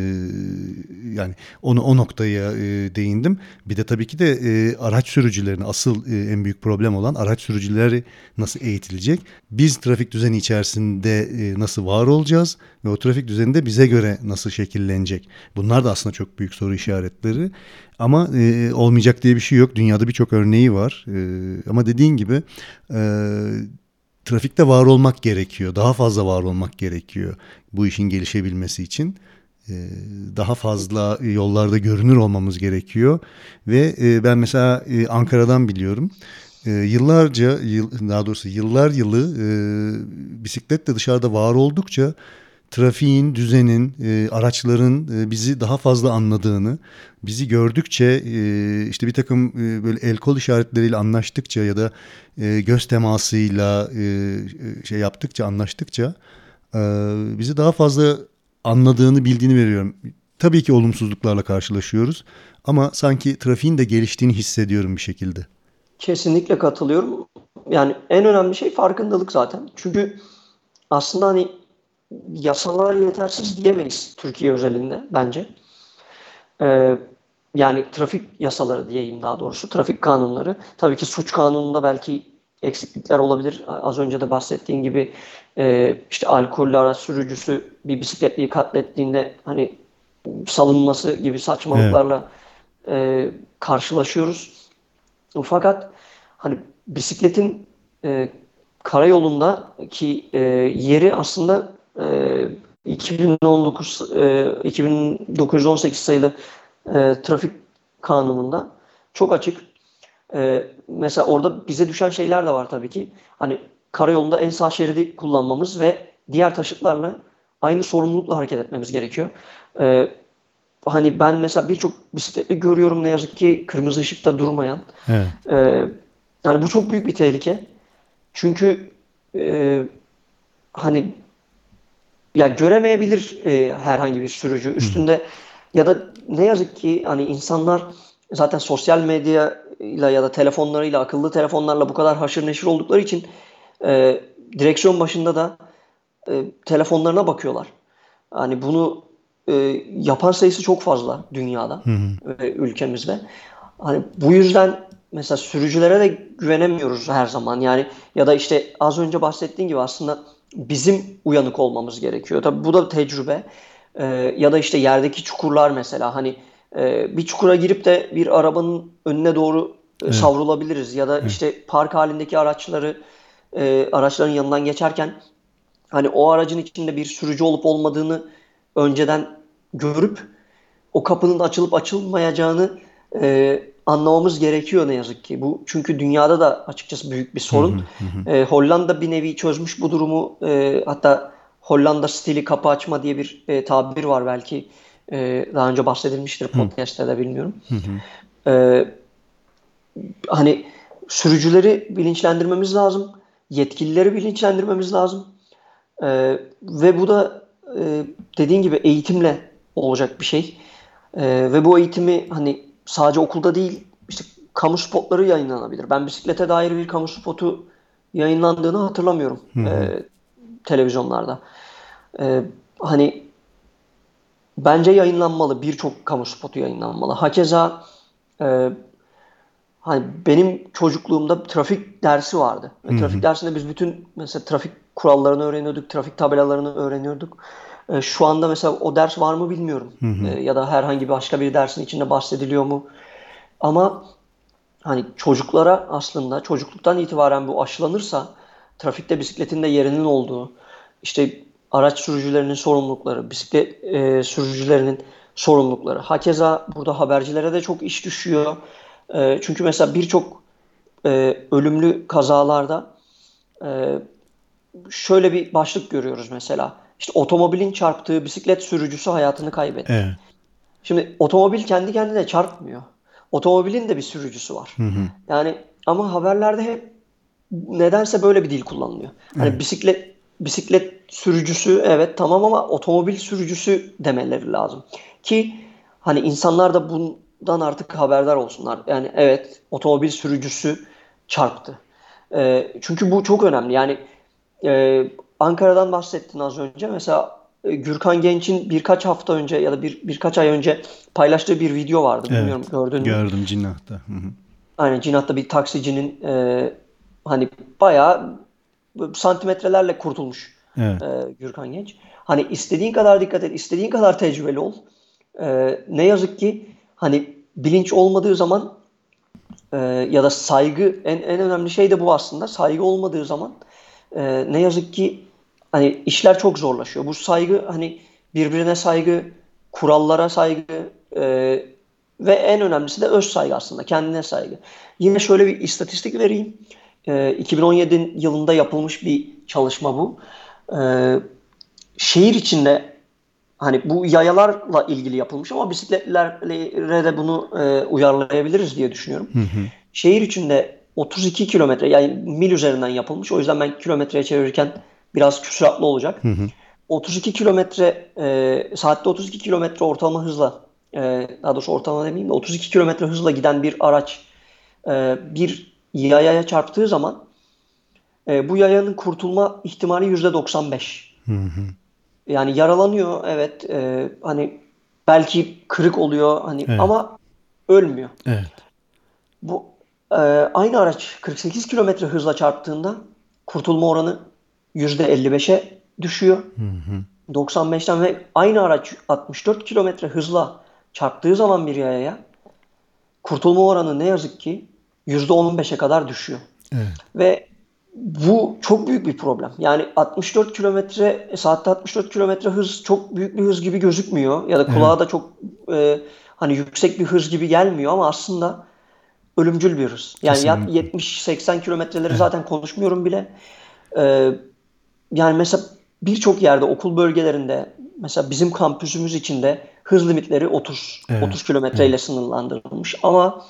yani onu o noktaya e, değindim. Bir de tabii ki de e, araç sürücülerini asıl e, en büyük problem olan araç sürücüleri nasıl eğitilecek? Biz trafik düzeni içerisinde e, nasıl var olacağız ve o trafik düzeni de bize göre nasıl şekillenecek? Bunlar da aslında çok büyük soru işaretleri. Ama e, olmayacak diye bir şey yok. Dünyada birçok örneği var. E, ama dediğin gibi e, trafikte var olmak gerekiyor. Daha fazla var olmak gerekiyor bu işin gelişebilmesi için. Ee, daha fazla yollarda görünür olmamız gerekiyor. Ve e, ben mesela e, Ankara'dan biliyorum. E, yıllarca, yıl, daha doğrusu yıllar yılı e, bisikletle dışarıda var oldukça trafiğin, düzenin, e, araçların e, bizi daha fazla anladığını, bizi gördükçe e, işte bir takım e, böyle el kol işaretleriyle anlaştıkça ya da e, göz temasıyla e, şey yaptıkça, anlaştıkça e, bizi daha fazla anladığını, bildiğini veriyorum. Tabii ki olumsuzluklarla karşılaşıyoruz ama sanki trafiğin de geliştiğini hissediyorum bir şekilde. Kesinlikle katılıyorum. Yani en önemli şey farkındalık zaten. Çünkü aslında hani yasalar yetersiz diyemeyiz Türkiye özelinde bence. Ee, Yani trafik yasaları diyeyim daha doğrusu. Trafik kanunları. Tabii ki suç kanununda belki eksiklikler olabilir. Az önce de bahsettiğin gibi e, işte alkollü araç sürücüsü bir bisikletliyi katlettiğinde hani salınması gibi Evet. saçmalıklarla e, karşılaşıyoruz. Fakat hani bisikletin e, karayolundaki e, yeri aslında e, iki bin on dokuz e, iki bin dokuz yüz on sekiz sayılı e, trafik kanununda çok açık. E, mesela orada bize düşen şeyler de var tabii ki. Hani karayolunda en sağ şeridi kullanmamız ve diğer taşıtlarla aynı sorumlulukla hareket etmemiz gerekiyor. E, Hani ben mesela birçok bisikletli görüyorum ne yazık ki kırmızı ışıkta durmayan. Evet. Ee, Yani bu çok büyük bir tehlike. Çünkü e, hani ya göremeyebilir e, herhangi bir sürücü Hı hı. üstünde ya da ne yazık ki hani insanlar zaten sosyal medyayla ya da telefonlarıyla, akıllı telefonlarla bu kadar haşır neşir oldukları için e, direksiyon başında da e, telefonlarına bakıyorlar. Hani bunu e, yapan sayısı çok fazla dünyada Hı hı. ve ülkemizde. Hani bu yüzden mesela sürücülere de güvenemiyoruz her zaman. Yani ya da işte az önce bahsettiğim gibi aslında bizim uyanık olmamız gerekiyor. Tabii bu da tecrübe. E, ya da işte yerdeki çukurlar mesela hani e, bir çukura girip de bir arabanın önüne doğru e, Evet. savrulabiliriz. Ya da Evet. işte park halindeki araçları e, araçların yanından geçerken hani o aracın içinde bir sürücü olup olmadığını önceden görüp o kapının açılıp açılmayacağını e, anlamamız gerekiyor ne yazık ki. Bu çünkü dünyada da açıkçası büyük bir Hı sorun. hı. Hı hı. E, Hollanda bir nevi çözmüş bu durumu. E, hatta Hollanda stili kapı açma diye bir e, tabir var belki. E, daha önce bahsedilmiştir Hı podcast'te de bilmiyorum. hı. Hı. E, Hani sürücüleri bilinçlendirmemiz lazım. Yetkilileri bilinçlendirmemiz lazım. Ee, ve bu da e, dediğin gibi eğitimle olacak bir şey. Ee, ve bu eğitimi hani sadece okulda değil, işte kamu spotları yayınlanabilir. Ben bisiklete dair bir kamu spotu yayınlandığını hatırlamıyorum Hı hı. e, televizyonlarda. Ee, Hani bence yayınlanmalı. Birçok kamu spotu yayınlanmalı. Hakeza e, hani benim çocukluğumda trafik dersi vardı. Hı Ve trafik hı. dersinde biz bütün mesela trafik kurallarını öğreniyorduk, trafik tabelalarını öğreniyorduk. E, şu anda mesela o ders var mı bilmiyorum. Hı hı. E, ya da herhangi başka bir dersin içinde bahsediliyor mu? Ama hani çocuklara aslında çocukluktan itibaren bu aşılanırsa trafikte bisikletin de yerinin olduğu, işte araç sürücülerinin sorumlulukları, bisiklet e, sürücülerinin sorumlulukları. Hakeza burada habercilere de çok iş düşüyor. E, çünkü mesela birçok e, ölümlü kazalarda e, şöyle bir başlık görüyoruz mesela. İşte otomobilin çarptığı bisiklet sürücüsü hayatını kaybetti. Evet. Şimdi otomobil kendi kendine çarpmıyor. Otomobilin de bir sürücüsü var. Hı hı. Yani ama haberlerde hep nedense böyle bir dil kullanılıyor. Hani Evet. bisiklet bisiklet sürücüsü evet tamam ama otomobil sürücüsü demeleri lazım. Ki hani insanlar da bundan artık haberdar olsunlar. Yani evet otomobil sürücüsü çarptı. Ee, çünkü bu çok önemli. Yani e, Ankara'dan bahsettin az önce. Mesela e, Gürkan Genç'in birkaç hafta önce ya da bir birkaç ay önce paylaştığı bir video vardı. Bilmiyorum Evet. gördün mü? Gördüm Cinnah'ta. Hı hı. Aynen Cinat'ta bir taksicinin e, hani bayağı santimetrelerle kurtulmuş Evet. e, Gürkan Genç. Hani istediğin kadar dikkat et, istediğin kadar tecrübeli ol. E, ne yazık ki hani bilinç olmadığı zaman e, ya da saygı en, en önemli şey de bu aslında. Saygı olmadığı zaman e, ne yazık ki hani işler çok zorlaşıyor. Bu saygı hani birbirine saygı, kurallara saygı e, ve en önemlisi de öz saygı aslında. Kendine saygı. Yine şöyle bir istatistik vereyim. E, iki bin on yedi yılında yapılmış bir çalışma bu. E, şehir içinde hani bu yayalarla ilgili yapılmış ama bisikletlere de bunu e, uyarlayabiliriz diye düşünüyorum. Hı hı. Şehir içinde otuz iki kilometre yani mil üzerinden yapılmış. O yüzden ben kilometreye çevirirken biraz küsuratlı olacak. Hı hı. otuz iki kilometre e, saatte otuz iki kilometre ortalama hızla e, daha doğrusu ortalama demeyeyim de otuz iki kilometre hızla giden bir araç e, bir yayaya çarptığı zaman e, bu yayanın kurtulma ihtimali yüzde doksan beş. Hı hı. Yani yaralanıyor evet e, hani belki kırık oluyor hani Evet. ama ölmüyor. Evet. Bu e, aynı araç kırk sekiz kilometre hızla çarptığında kurtulma oranı yüzde elli beşe düşüyor. Hı hı. doksan beşten ve aynı araç altmış dört kilometre hızla çarptığı zaman bir yayaya kurtulma oranı ne yazık ki yüzde on beşe kadar düşüyor. Evet. Ve bu çok büyük bir problem. Yani altmış dört kilometre saatte altmış dört kilometre hız çok büyük bir hız gibi gözükmüyor ya da Evet. kulağa da çok e, hani yüksek bir hız gibi gelmiyor ama aslında ölümcül bir hız. Yani ya- Kesinlikle. yetmiş seksen kilometreleri Evet. zaten konuşmuyorum bile. Ee, yani mesela birçok yerde okul bölgelerinde mesela bizim kampüsümüz içinde hız limitleri otuz Evet. otuz kilometre Evet. ile sınırlandırılmış. Ama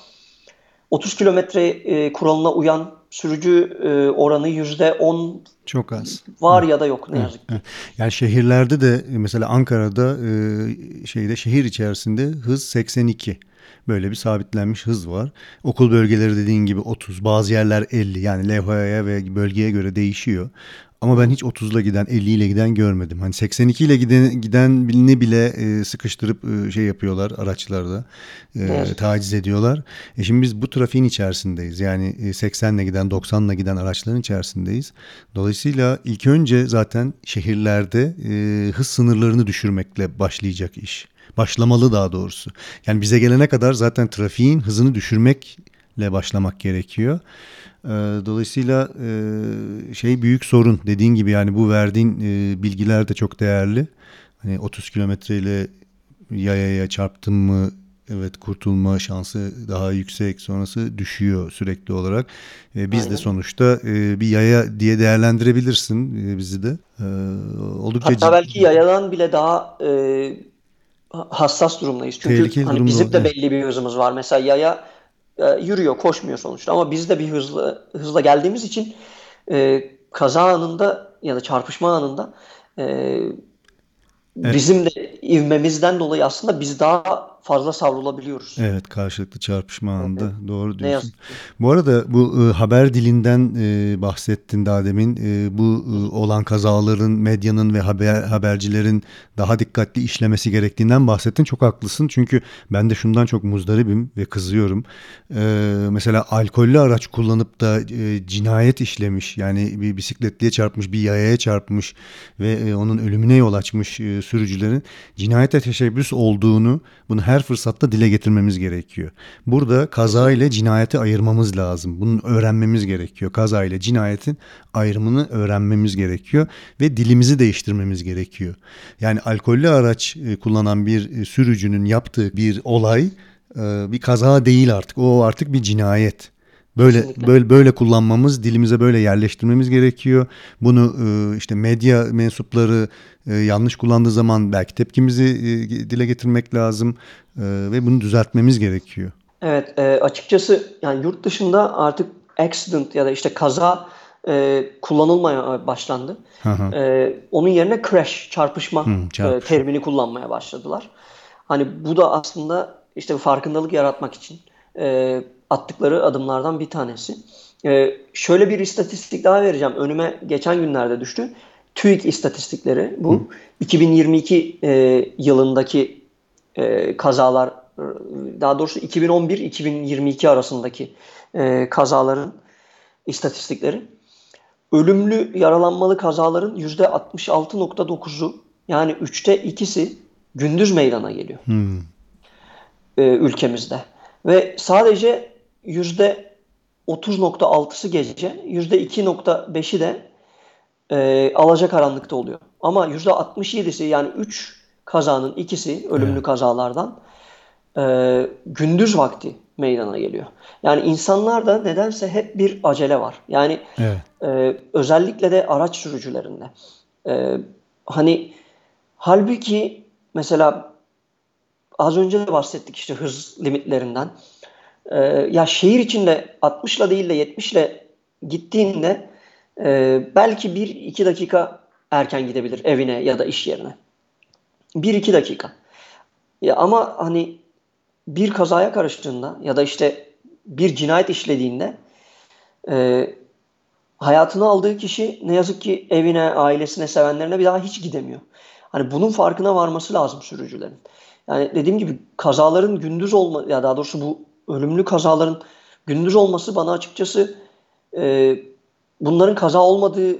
otuz kilometre e, kuralına uyan sürücü e, oranı yüzde on Çok az. var Evet. ya da yok ne Evet, yazık evet. ki. Yani şehirlerde de mesela Ankara'da e, şeyde şehir içerisinde hız seksen iki. Böyle bir sabitlenmiş hız var. Okul bölgeleri dediğin gibi otuz, bazı yerler elli. Yani levhaya ve bölgeye göre değişiyor. Ama Hı ben hı. hiç otuz ile giden, elli ile giden görmedim. Hani seksen iki ile giden gidenini bile e, sıkıştırıp e, şey yapıyorlar araçlarda. Ne E, yazık ki. taciz ediyorlar. E şimdi biz bu trafiğin içerisindeyiz. Yani e, seksen ile giden, doksan ile giden araçların içerisindeyiz. Dolayısıyla ilk önce zaten şehirlerde e, hız sınırlarını düşürmekle başlayacak iş. Başlamalı daha doğrusu. Yani bize gelene kadar zaten trafiğin hızını düşürmekle başlamak gerekiyor. E, dolayısıyla e, şey büyük sorun. Dediğin gibi yani bu verdiğin e, bilgiler de çok değerli. Hani otuz kilometre ile yayaya çarptın mı, evet, kurtulma şansı daha yüksek, sonrası düşüyor sürekli olarak. E, biz de Aynen. sonuçta e, bir yaya diye değerlendirebilirsin e, bizi de. E, oldukça Hatta cid- belki yayadan bile daha e, hassas durumdayız. Çünkü tehlikeli hani durumda. bizim de Evet. belli bir hızımız var. Mesela yaya e, yürüyor, koşmuyor sonuçta ama biz de bir hızla hızla geldiğimiz için e, kaza anında ya da çarpışma anında e, E, bizim de ivmemizden dolayı aslında biz daha fazla savrulabiliyoruz. Evet, karşılıklı çarpışma E, anında doğru ne diyorsun. yazık ki. Bu arada bu e, haber dilinden e, bahsettin daha demin. E, bu Hı hı. e, olan kazaların medyanın ve haber habercilerin daha dikkatli işlemesi gerektiğinden bahsettin. Çok haklısın çünkü ben de şundan çok muzdaribim ve kızıyorum. E, mesela alkollü araç kullanıp da e, cinayet işlemiş, yani bir bisikletliye çarpmış, bir yayaya çarpmış ve e, onun ölümüne yol açmış e, sürücülerin cinayete teşebbüs olduğunu, bunu her fırsatta dile getirmemiz gerekiyor. Burada kaza ile Kesinlikle. cinayeti ayırmamız lazım. Bunu öğrenmemiz gerekiyor. Kaza ile cinayetin ayrımını öğrenmemiz gerekiyor ve dilimizi değiştirmemiz gerekiyor. Yani alkollü araç e, kullanan bir e, sürücünün yaptığı bir olay e, bir kaza değil artık. O artık bir cinayet. Böyle Kesinlikle. böyle böyle kullanmamız, dilimize böyle yerleştirmemiz gerekiyor. Bunu e, işte medya mensupları e, yanlış kullandığı zaman belki tepkimizi e, dile getirmek lazım e, ve bunu düzeltmemiz gerekiyor. Evet, e, açıkçası yani yurt dışında artık accident ya da işte kaza e, kullanılmaya başlandı. Hı hı. E, onun yerine crash, çarpışma Hı, e, çarpışma. terimini kullanmaya başladılar. Hani bu da aslında işte farkındalık yaratmak için e, attıkları adımlardan bir tanesi. E, şöyle bir istatistik daha vereceğim. Önüme geçen günlerde düştü. TÜİK istatistikleri Hı. bu. iki bin yirmi iki e, yılındaki e, kazalar, daha doğrusu iki bin on bir iki bin yirmi iki arasındaki e, kazaların istatistikleri. Ölümlü yaralanmalı kazaların yüzde altmış altı nokta dokuzu, yani üçte ikisi gündüz meydana geliyor Hı. e, ülkemizde. Ve sadece yüzde otuz nokta altısı gece, yüzde iki nokta beşi de e, alacakaranlıkta oluyor. Ama yüzde altmış yedisi, yani üç kazanın ikisi Evet. ölümlü kazalardan e, gündüz vakti meydana geliyor. Yani insanlarda nedense hep bir acele var. Yani Evet. e, özellikle de araç sürücülerinde. E, hani halbuki mesela az önce de bahsettik işte hız limitlerinden. E, ya şehir içinde altmışla değil de yetmişle gittiğinde e, belki bir iki dakika erken gidebilir evine ya da iş yerine. Bir iki dakika. Ya ama hani bir kazaya karıştığında ya da işte bir cinayet işlediğinde e, hayatını aldığı kişi ne yazık ki evine, ailesine, sevenlerine bir daha hiç gidemiyor. Hani bunun farkına varması lazım sürücülerin. Yani dediğim gibi kazaların gündüz olma, ya daha doğrusu bu ölümlü kazaların gündüz olması bana açıkçası e, bunların kaza olmadığı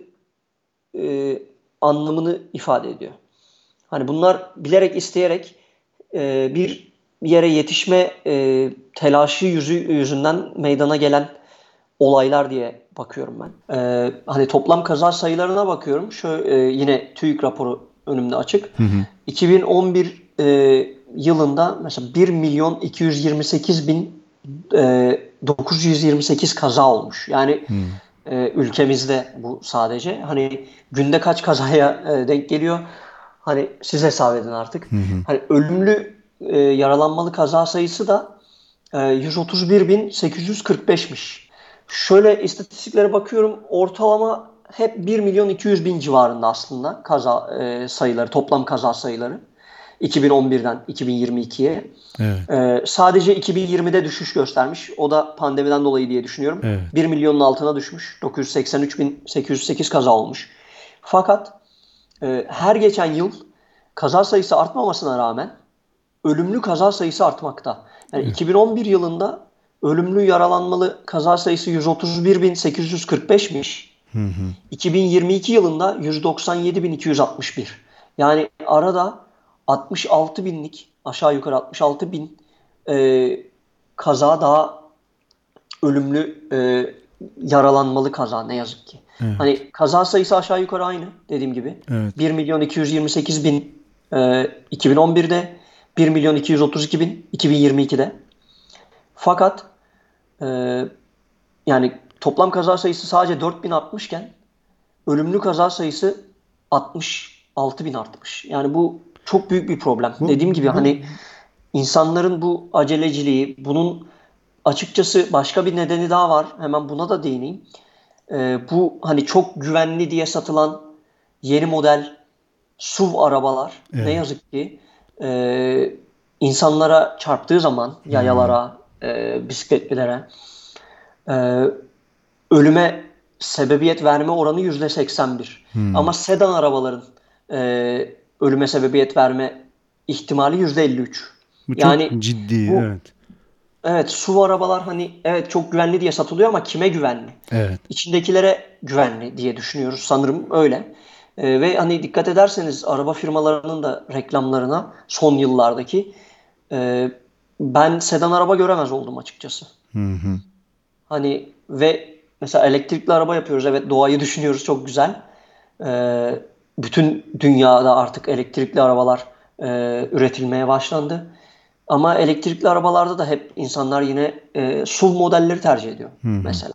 e, anlamını ifade ediyor. Hani bunlar bilerek, isteyerek e, bir bir yere yetişme e, telaşı yüzü, yüzünden meydana gelen olaylar diye bakıyorum ben. E, hani toplam kaza sayılarına bakıyorum. Şöyle, e, yine TÜİK raporu önümde açık. Hı hı. iki bin on bir e, yılında mesela bir milyon iki yüz yirmi sekiz bin e, dokuz yüz yirmi sekiz kaza olmuş. Yani Hı. e, ülkemizde bu sadece. Hani günde kaç kazaya e, denk geliyor? Hani siz hesap edin artık. Hı hı. Hani ölümlü e, yaralanmalı kaza sayısı da e, yüz otuz bir bin sekiz yüz kırk beşmiş. Şöyle istatistiklere bakıyorum, ortalama hep bir milyon iki yüz bin civarında aslında kaza e, sayıları, toplam kaza sayıları. iki bin on birden iki bin yirmi ikiye. Evet. Ee, sadece iki bin yirmide düşüş göstermiş. O da pandemiden dolayı diye düşünüyorum. Evet. bir milyonun altına düşmüş. dokuz yüz seksen üç bin sekiz yüz sekiz kaza olmuş. Fakat e, her geçen yıl kaza sayısı artmamasına rağmen ölümlü kaza sayısı artmakta. Yani Evet. iki bin on bir yılında ölümlü yaralanmalı kaza sayısı yüz otuz bir bin sekiz yüz kırk beşmiş. Hı hı. iki bin yirmi iki yılında yüz doksan yedi bin iki yüz altmış bir. Yani arada altmış altı binlik, aşağı yukarı altmış altı bin e, kaza daha, ölümlü e, yaralanmalı kaza ne yazık ki. Evet. Hani kaza sayısı aşağı yukarı aynı dediğim gibi. Evet. bir milyon iki yüz yirmi sekiz bin e, iki bin on birde, bir milyon iki yüz otuz iki bin iki bin yirmi ikide. Fakat e, yani toplam kaza sayısı sadece dört bin artmışken ölümlü kaza sayısı altmış altı bin artmış. Yani bu çok büyük bir problem. Bu Dediğim gibi bu hani insanların bu aceleciliği, bunun açıkçası başka bir nedeni daha var. Hemen buna da değineyim. Ee, bu hani çok güvenli diye satılan yeni model S U V arabalar ne evet. yazık ki e, insanlara çarptığı zaman, Hmm. yayalara, e, bisikletlilere e, ölüme sebebiyet verme oranı yüzde seksen bir. Hmm. Ama sedan arabaların e, ölüme sebebiyet verme ihtimali yüzde elli üç. Bu çok Yani ciddi. bu, Evet. evet, S U V arabalar hani evet çok güvenli diye satılıyor ama kime güvenli? Evet. İçindekilere güvenli diye düşünüyoruz, sanırım öyle. E, ve hani dikkat ederseniz araba firmalarının da reklamlarına son yıllardaki e, ben sedan araba göremez oldum açıkçası. Hı hı. Hani ve mesela elektrikli araba yapıyoruz. Evet, doğayı düşünüyoruz, çok güzel. Ee, bütün dünyada artık elektrikli arabalar e, üretilmeye başlandı. Ama elektrikli arabalarda da hep insanlar yine e, S U V modelleri tercih ediyor Hı hı. mesela.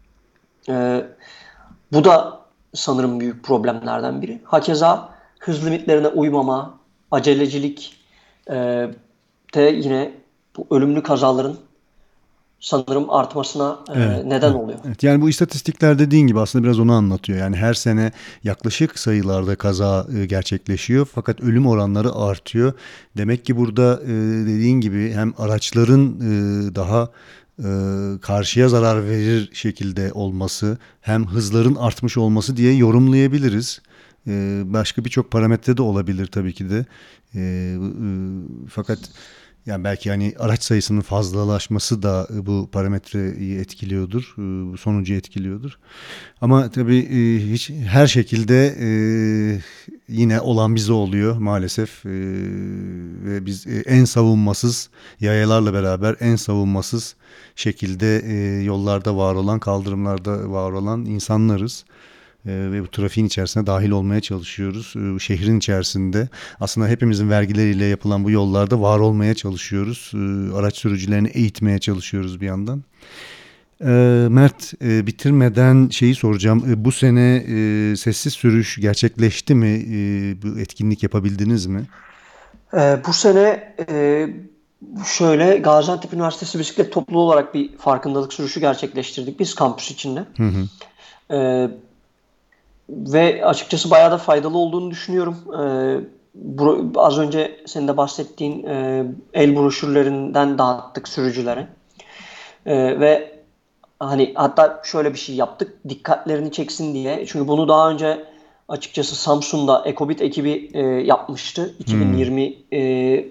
E, Bu da sanırım büyük problemlerden biri. Hakeza hız limitlerine uymama, acelecilik e, de yine bu ölümlü kazaların sanırım artmasına Evet, e, neden evet, oluyor. evet. Yani bu istatistikler dediğin gibi aslında biraz onu anlatıyor. Yani her sene yaklaşık sayılarda kaza e, gerçekleşiyor fakat ölüm oranları artıyor. Demek ki burada e, dediğin gibi hem araçların e, daha e, karşıya zarar verir şekilde olması hem hızların artmış olması diye yorumlayabiliriz. E, başka birçok parametre de olabilir tabii ki de. E, e, fakat yani belki hani araç sayısının fazlalaşması da e, bu parametreyi etkiliyordur, e, bu sonucu etkiliyordur. Ama tabii e, hiç her şekilde e, yine olan bize oluyor maalesef. E, ve biz e, en savunmasız yayalarla beraber en savunmasız şekilde e, yollarda var olan, kaldırımlarda var olan insanlarız. E, ve bu trafiğin içerisine dahil olmaya çalışıyoruz. E, bu şehrin içerisinde aslında hepimizin vergileriyle yapılan bu yollarda var olmaya çalışıyoruz. E, araç sürücülerini eğitmeye çalışıyoruz bir yandan. E, Mert, e, bitirmeden şeyi soracağım. E, bu sene e, sessiz sürüş gerçekleşti mi? E, bu etkinlik yapabildiniz mi? E, bu sene e, şöyle Gaziantep Üniversitesi Bisiklet Topluluğu olarak bir farkındalık sürüşü gerçekleştirdik biz kampüs içinde. Hı hı. E, Ve açıkçası bayağı da faydalı olduğunu düşünüyorum. Ee, bro- az önce senin de bahsettiğin e, el broşürlerinden dağıttık sürücülere. Ee, ve hani hatta şöyle bir şey yaptık. Dikkatlerini çeksin diye. Çünkü bunu daha önce açıkçası Samsun'da Ekobit ekibi e, yapmıştı. Hı iki bin yirmi e,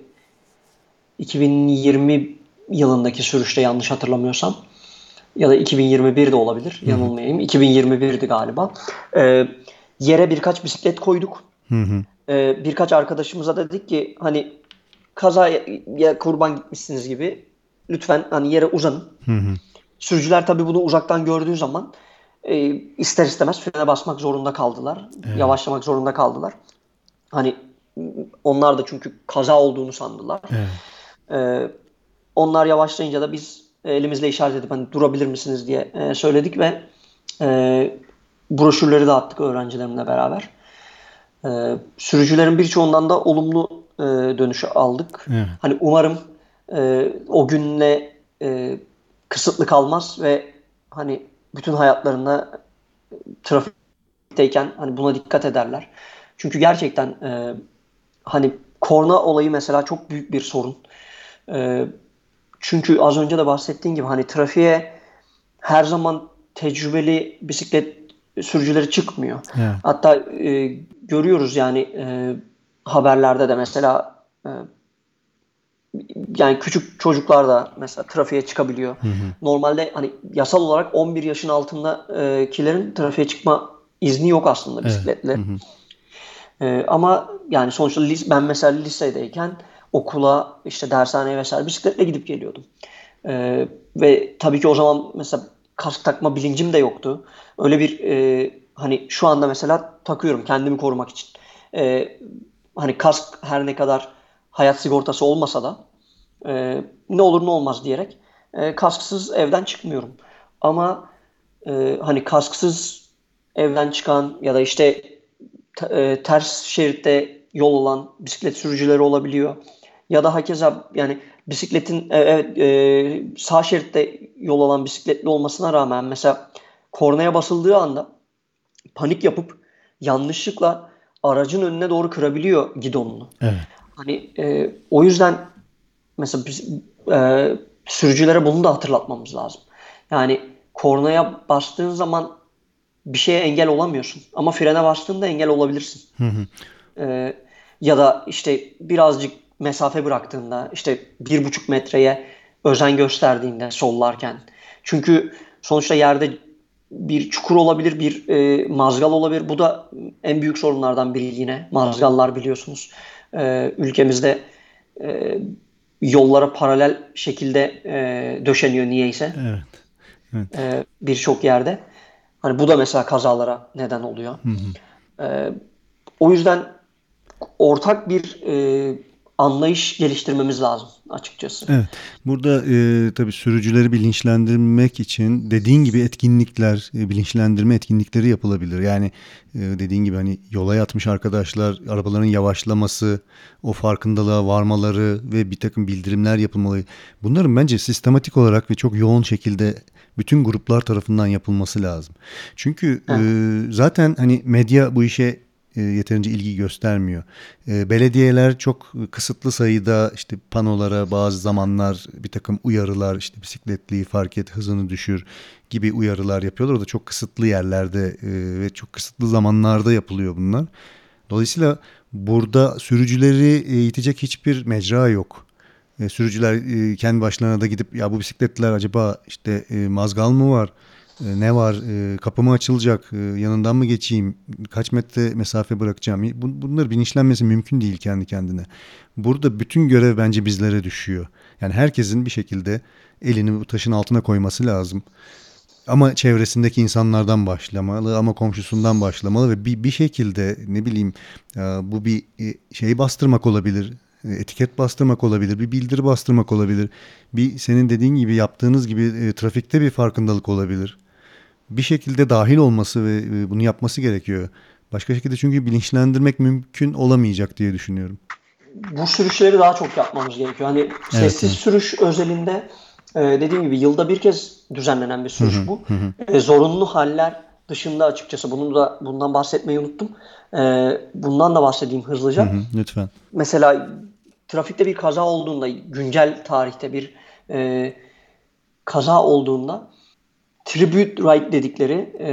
iki bin yirmi yılındaki sürüşte yanlış hatırlamıyorsam. Ya da iki bin yirmi bir de olabilir. hı. Hı Yanılmayayım. iki bin yirmi birdi galiba. Ee, Yere birkaç bisiklet koyduk. hı. Hı. Ee, birkaç arkadaşımıza da dedik ki hani kazaya kurban gitmişsiniz gibi lütfen hani yere uzanın. Hı hı. Sürücüler tabii bunu uzaktan gördüğü zaman e, ister istemez frene basmak zorunda kaldılar. Evet. Yavaşlamak zorunda kaldılar. Hani onlar da çünkü kaza olduğunu sandılar. Evet. Ee, Onlar yavaşlayınca da biz elimizle işaret edip hani durabilir misiniz diye e, söyledik ve e, broşürleri dağıttık öğrencilerimle beraber. E, sürücülerin birçoğundan da olumlu e, dönüşü aldık. Evet. Hani umarım e, o günle e, kısıtlı kalmaz ve hani bütün hayatlarında trafikteyken hani buna dikkat ederler. Çünkü gerçekten e, hani korna olayı mesela çok büyük bir sorun. E, Çünkü az önce de bahsettiğim gibi hani trafiğe her zaman tecrübeli bisiklet sürücüleri çıkmıyor. Evet. Hatta e, görüyoruz yani e, haberlerde de mesela e, yani küçük çocuklar da mesela trafiğe çıkabiliyor. Hı hı. Normalde hani yasal olarak on bir yaşın altındakilerin trafiğe çıkma izni yok aslında Evet. Hı bisikletle. hı. E, ama yani sonuçta lis- ben mesela lisedeyken okula işte dershaneye vesaire bisikletle gidip geliyordum. Ee, ve tabii ki o zaman mesela kask takma bilincim de yoktu. Öyle bir e, hani şu anda mesela takıyorum kendimi korumak için. Ee, Hani kask her ne kadar hayat sigortası olmasa da e, ne olur ne olmaz diyerek e, kasksız evden çıkmıyorum. Ama e, hani kasksız evden çıkan ya da işte te- e, ters şeritte yol olan bisiklet sürücüleri olabiliyor. Ya da hakeza yani bisikletin e, evet, e, sağ şeritte yol alan bisikletli olmasına rağmen mesela kornaya basıldığı anda panik yapıp yanlışlıkla aracın önüne doğru kırabiliyor gidonunu. Evet. Hani e, o yüzden mesela biz, e, sürücülere bunu da hatırlatmamız lazım. Yani kornaya bastığın zaman bir şeye engel olamıyorsun. Ama frene bastığında engel olabilirsin. Hı hı. Ee, Ya da işte birazcık mesafe bıraktığında işte bir buçuk metreye özen gösterdiğinde sollarken. Çünkü sonuçta yerde bir çukur olabilir, bir e, mazgal olabilir. Bu da en büyük sorunlardan biri yine. Mazgallar biliyorsunuz. Ee, ülkemizde e, yollara paralel şekilde e, döşeniyor niyeyse. Evet. Evet. E, birçok yerde. Hani bu da mesela kazalara neden oluyor. Hı hı. E, O yüzden ortak bir e, anlayış geliştirmemiz lazım açıkçası. Evet. Burada e, tabii sürücüleri bilinçlendirmek için dediğin gibi etkinlikler, e, bilinçlendirme etkinlikleri yapılabilir. Yani e, dediğin gibi hani yola yatmış arkadaşlar, arabaların yavaşlaması, o farkındalığa varmaları ve bir takım bildirimler yapılmalı. Bunların bence sistematik olarak ve çok yoğun şekilde bütün gruplar tarafından yapılması lazım. Çünkü e, Evet. zaten hani medya bu işe e, yeterince ilgi göstermiyor. E, belediyeler çok kısıtlı sayıda işte panolara bazı zamanlar bir takım uyarılar, işte bisikletliyi fark et, hızını düşür gibi uyarılar yapıyorlar. O da çok kısıtlı yerlerde e, ve çok kısıtlı zamanlarda yapılıyor bunlar. Dolayısıyla burada sürücüleri eğitecek hiçbir mecra yok. E, sürücüler e, kendi başlarına da gidip ya bu bisikletler acaba işte e, mazgal mı var? E, ne var? E, kapı mı açılacak? E, yanından mı geçeyim? Kaç metre mesafe bırakacağım? Bu, bunları bilinçlenmesi mümkün değil kendi kendine. Burada bütün görev bence bizlere düşüyor. Yani herkesin bir şekilde elini bu taşın altına koyması lazım. Ama çevresindeki insanlardan başlamalı, ama komşusundan başlamalı ve bir, bir şekilde ne bileyim e, bu bir e, şey bastırmak olabilir, e, etiket bastırmak olabilir, bir bildiri bastırmak olabilir. Bir senin dediğin gibi yaptığınız gibi e, trafikte bir farkındalık olabilir. Bir şekilde dahil olması ve e, bunu yapması gerekiyor. Başka şekilde çünkü bilinçlendirmek mümkün olamayacak diye düşünüyorum. Bu sürüşleri daha çok yapmamız gerekiyor. Hani Evet, sessiz evet. sürüş özelinde e, dediğim gibi yılda bir kez düzenlenen bir Hı sürüş hı, bu. hı hı. E, zorunlu haller dışında açıkçası bunu da bundan bahsetmeyi unuttum. E, bundan da bahsedeyim Hı hızlıca. hı, lütfen. Mesela trafikte bir kaza olduğunda, güncel tarihte bir e, kaza olduğunda tribute ride dedikleri e,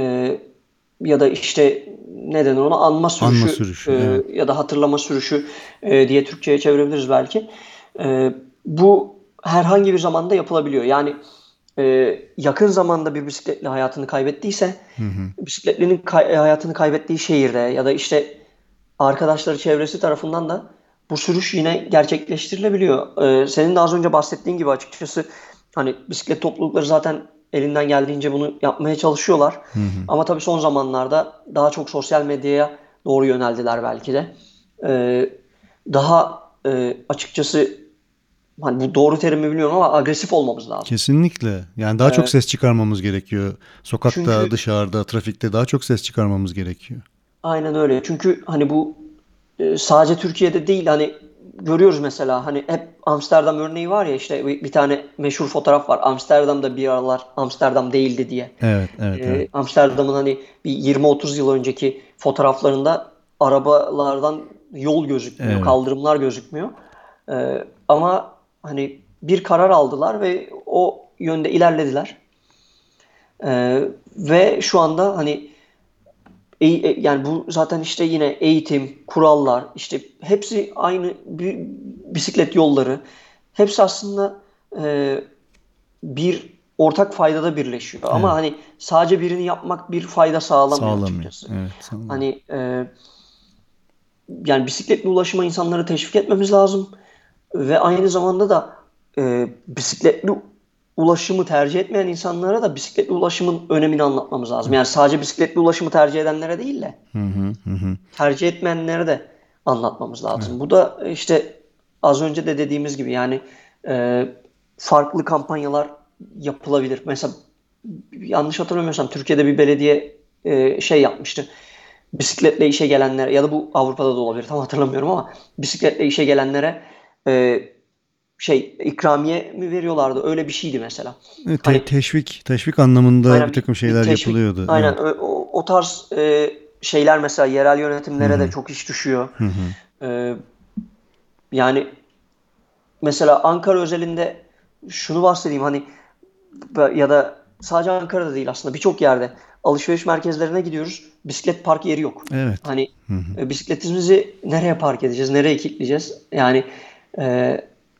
ya da işte ne denir ona, anma Anma sürüşü sürüşü, e, evet. ya da hatırlama sürüşü e, diye Türkçe'ye çevirebiliriz belki. E, bu herhangi bir zamanda yapılabiliyor. Yani e, yakın zamanda bir bisikletli hayatını kaybettiyse, Hı hı. bisikletlinin kay- hayatını kaybettiği şehirde ya da işte arkadaşları, çevresi tarafından da bu sürüş yine gerçekleştirilebiliyor. Ee, senin de az önce bahsettiğin gibi açıkçası hani bisiklet toplulukları zaten elinden geldiğince bunu yapmaya çalışıyorlar. Hı hı. Ama tabii son zamanlarda daha çok sosyal medyaya doğru yöneldiler belki de. Ee, daha e, açıkçası, hani bu doğru terim mi bilmiyorum ama agresif olmamız lazım. Kesinlikle. Yani daha çok Ee, ses çıkarmamız gerekiyor. Sokakta, çünkü dışarıda, trafikte daha çok ses çıkarmamız gerekiyor. aynen öyle. Çünkü hani bu e, sadece Türkiye'de değil, hani görüyoruz mesela, hani hep Amsterdam örneği var ya, işte bir, bir tane meşhur fotoğraf var. Amsterdam'da bir aralar Amsterdam değildi diye. Evet, evet, evet. E, Amsterdam'ın hani bir yirmi otuz yıl önceki fotoğraflarında arabalardan yol gözükmüyor, Evet. kaldırımlar gözükmüyor. E, ama hani bir karar aldılar ve o yönde ilerlediler. E, ve şu anda hani e- e- yani bu zaten işte yine eğitim, kurallar, işte hepsi aynı, bir bisiklet yolları. Hepsi aslında e, bir ortak faydada birleşiyor. Ama Evet. hani sadece birini yapmak bir fayda sağlamıyor Sağlamıyor. açıkçası. Evet, sağlamıyor. Hani e, yani bisikletli ulaşıma insanları teşvik etmemiz lazım. Ve aynı zamanda da e, bisikletli ulaşımı tercih etmeyen insanlara da bisikletli ulaşımın önemini anlatmamız lazım. Yani sadece bisikletli ulaşımı tercih edenlere değil de Hı hı, hı hı. tercih etmeyenlere de anlatmamız Evet. lazım. Bu da işte az önce de dediğimiz gibi yani e, farklı kampanyalar yapılabilir. Mesela yanlış hatırlamıyorsam Türkiye'de bir belediye e, şey yapmıştı. Bisikletle işe gelenlere, ya da bu Avrupa'da da olabilir tam hatırlamıyorum ama, bisikletle işe gelenlere e, şey ikramiye mi veriyorlardı? Öyle bir şeydi mesela. E, te- Hani teşvik, teşvik anlamında bir aynen bir, takım bir şeyler teşvik, yapılıyordu. aynen Evet. o, o, o tarz e, şeyler mesela yerel Hı yönetimlere de hı, çok iş düşüyor. hı hı. E, yani mesela Ankara özelinde şunu bahsedeyim, hani ya da sadece Ankara'da değil, aslında birçok yerde alışveriş merkezlerine gidiyoruz. Bisiklet park yeri yok. Evet. Hani Hı hı. e, bisikletimizi nereye park edeceğiz? Nereye kilitleyeceğiz? Yani e,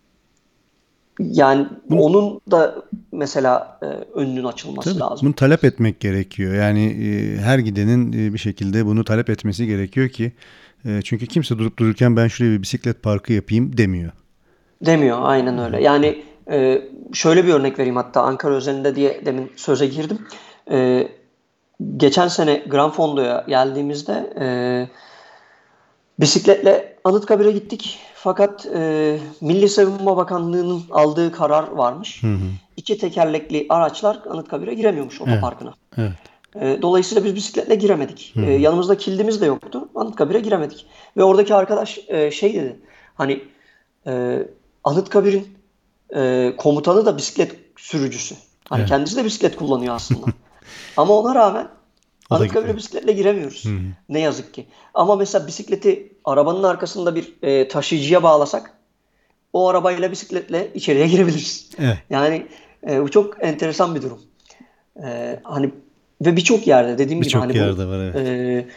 yani Bunu onun da mesela e, önünün açılması tabii lazım. bunu talep etmek gerekiyor. Yani e, her gidenin e, bir şekilde bunu talep etmesi gerekiyor ki e, çünkü kimse durup dururken ben şuraya bir bisiklet parkı yapayım demiyor. Demiyor, aynen öyle. Yani e, şöyle bir örnek vereyim, hatta Ankara özelinde diye demin söze girdim. E, geçen sene Gran Fondo'ya geldiğimizde e, bisikletle Anıtkabir'e gittik. fakat e, Milli Savunma Bakanlığı'nın aldığı karar varmış. Hı hı. İki tekerlekli araçlar Anıtkabir'e giremiyormuş Evet. otoparkına. Evet. E, dolayısıyla biz bisikletle giremedik. Hı E, hı. yanımızda kilidimiz de yoktu. Anıtkabir'e giremedik. Ve oradaki arkadaş e, şey dedi. Hani e, Anıtkabir'in e, komutanı da bisiklet sürücüsü. Hani Evet. kendisi de bisiklet kullanıyor aslında. Ama ona rağmen O da Anıtkabir'e gidiyor. bisikletle giremiyoruz. Hı hı. Ne yazık ki. Ama mesela bisikleti arabanın arkasında bir e, taşıyıcıya bağlasak o arabayla bisikletle içeriye girebiliriz. Evet. Yani e, bu çok enteresan bir durum. E, hani ve birçok yerde dediğim gibi Birçok hani bu yerde var, evet. e,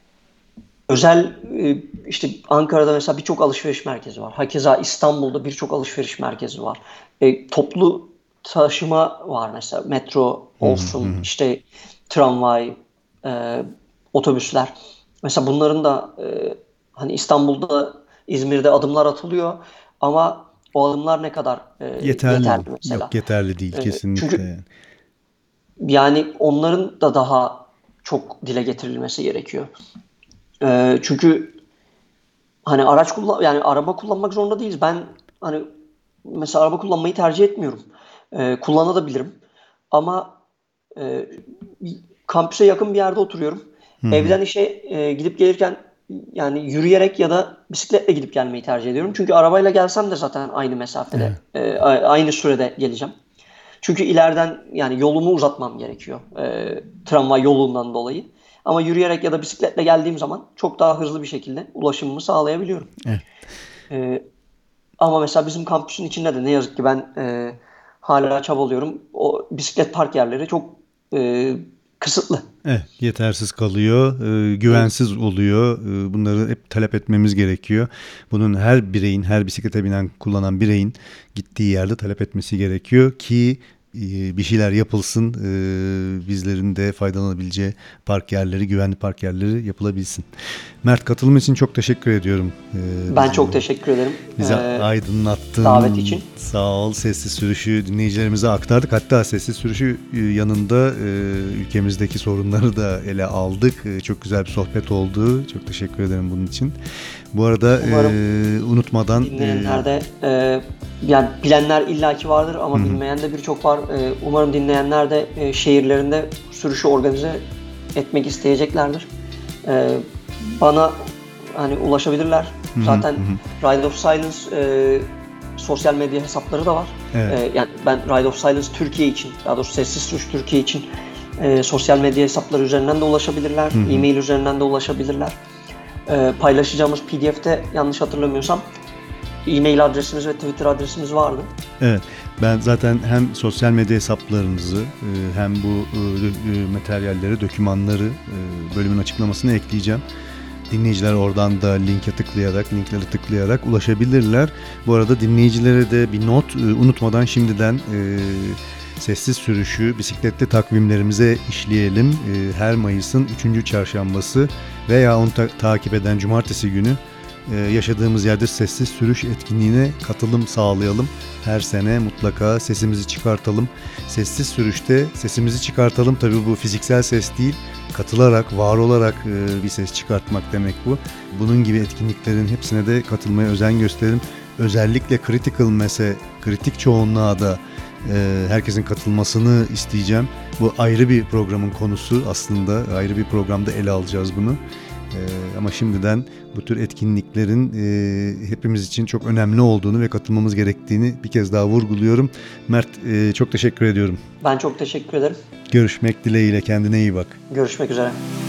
özel e, işte Ankara'da mesela birçok alışveriş merkezi var. Hakeza İstanbul'da birçok alışveriş merkezi var. E, toplu taşıma var mesela. Metro Hı hı. Hı olsun, hı. işte tramvay, e, otobüsler. Mesela bunların da e, hani İstanbul'da, İzmir'de adımlar atılıyor ama o adımlar ne kadar e, Yeterli yeterli mi? mesela. Yok, yeterli değil E, kesinlikle çünkü yani. yani onların da daha çok dile getirilmesi gerekiyor. E, çünkü hani araç kullan yani araba kullanmak zorunda değiliz. Ben hani mesela araba kullanmayı tercih etmiyorum. Ee, kullanabilirim. Ama e, kampüse yakın bir yerde oturuyorum. Hı hı. Evden işe e, gidip gelirken yani yürüyerek ya da bisikletle gidip gelmeyi tercih ediyorum. Çünkü arabayla gelsem de zaten aynı mesafede, Evet. e, a- aynı sürede geleceğim. Çünkü ileriden yani yolumu uzatmam gerekiyor. E, tramvay yolundan dolayı. Ama yürüyerek ya da bisikletle geldiğim zaman çok daha hızlı bir şekilde ulaşımımı sağlayabiliyorum. Evet. E, ama mesela bizim kampüsün içinde de ne yazık ki ben e, hala çabalıyorum. O bisiklet park yerleri çok e, kısıtlı. Evet, yetersiz kalıyor, e, Evet. güvensiz oluyor. E, bunları hep talep etmemiz gerekiyor. Bunun her bireyin, her bisiklete binen, kullanan bireyin gittiği yerde talep etmesi gerekiyor ki e, bir şeyler yapılsın, e, bizlerin de faydalanabileceği park yerleri, güvenli park yerleri yapılabilsin. Mert, katılım için çok teşekkür ediyorum. E, Ben bizi çok teşekkür ederim bizi e, davet aydınlattın. için. Sağ ol. Sessiz sürüşü dinleyicilerimize aktardık. Hatta sessiz sürüşü e, yanında e, ülkemizdeki sorunları da ele aldık. E, çok güzel bir sohbet oldu. Çok teşekkür ederim bunun için. Bu arada e, Umarım unutmadan e, dinleyenler de e, yani bilenler illaki vardır hı ama hı, bilmeyen de birçok var. E, umarım dinleyenler de e, şehirlerinde sürüşü organize etmek isteyeceklerdir. E, bana hani ulaşabilirler. hı hı, Zaten hı hı. Ride of Silence e, sosyal medya hesapları da var. Evet. E, yani ben Ride of Silence Türkiye için, daha doğrusu Sessiz Sürüş Türkiye için e, sosyal medya hesapları üzerinden de ulaşabilirler. Hı hı. E-mail üzerinden de ulaşabilirler. E, paylaşacağımız P D F'te yanlış hatırlamıyorsam e-mail adresimiz ve Twitter adresimiz vardı. Evet, ben zaten hem sosyal medya hesaplarınızı e, hem bu e, dö- e, materyalleri, dokümanları e, bölümün açıklamasına ekleyeceğim. Dinleyiciler oradan da linke tıklayarak, linkleri tıklayarak ulaşabilirler. Bu arada dinleyicilere de bir not, e, unutmadan şimdiden e, sessiz sürüşü bisikletli takvimlerimize işleyelim. E, her Mayıs'ın üçüncü çarşambası veya onu ta- takip eden cumartesi günü e, yaşadığımız yerde sessiz sürüş etkinliğine katılım sağlayalım. Her sene mutlaka sesimizi çıkartalım. Sessiz sürüşte sesimizi çıkartalım. Tabii bu fiziksel ses değil, katılarak, var olarak e, bir ses çıkartmak demek bu. Bunun gibi etkinliklerin hepsine de katılmaya özen gösterelim. Özellikle critical mass'e, kritik çoğunluğa da e, herkesin katılmasını isteyeceğim. Bu ayrı bir programın konusu aslında. Ayrı bir programda ele alacağız bunu. E, ama şimdiden bu tür etkinliklerin e, hepimiz için çok önemli olduğunu ve katılmamız gerektiğini bir kez daha vurguluyorum. Mert, e, çok teşekkür ediyorum. Ben çok teşekkür ederim. Görüşmek dileğiyle, kendine iyi bak. Görüşmek üzere.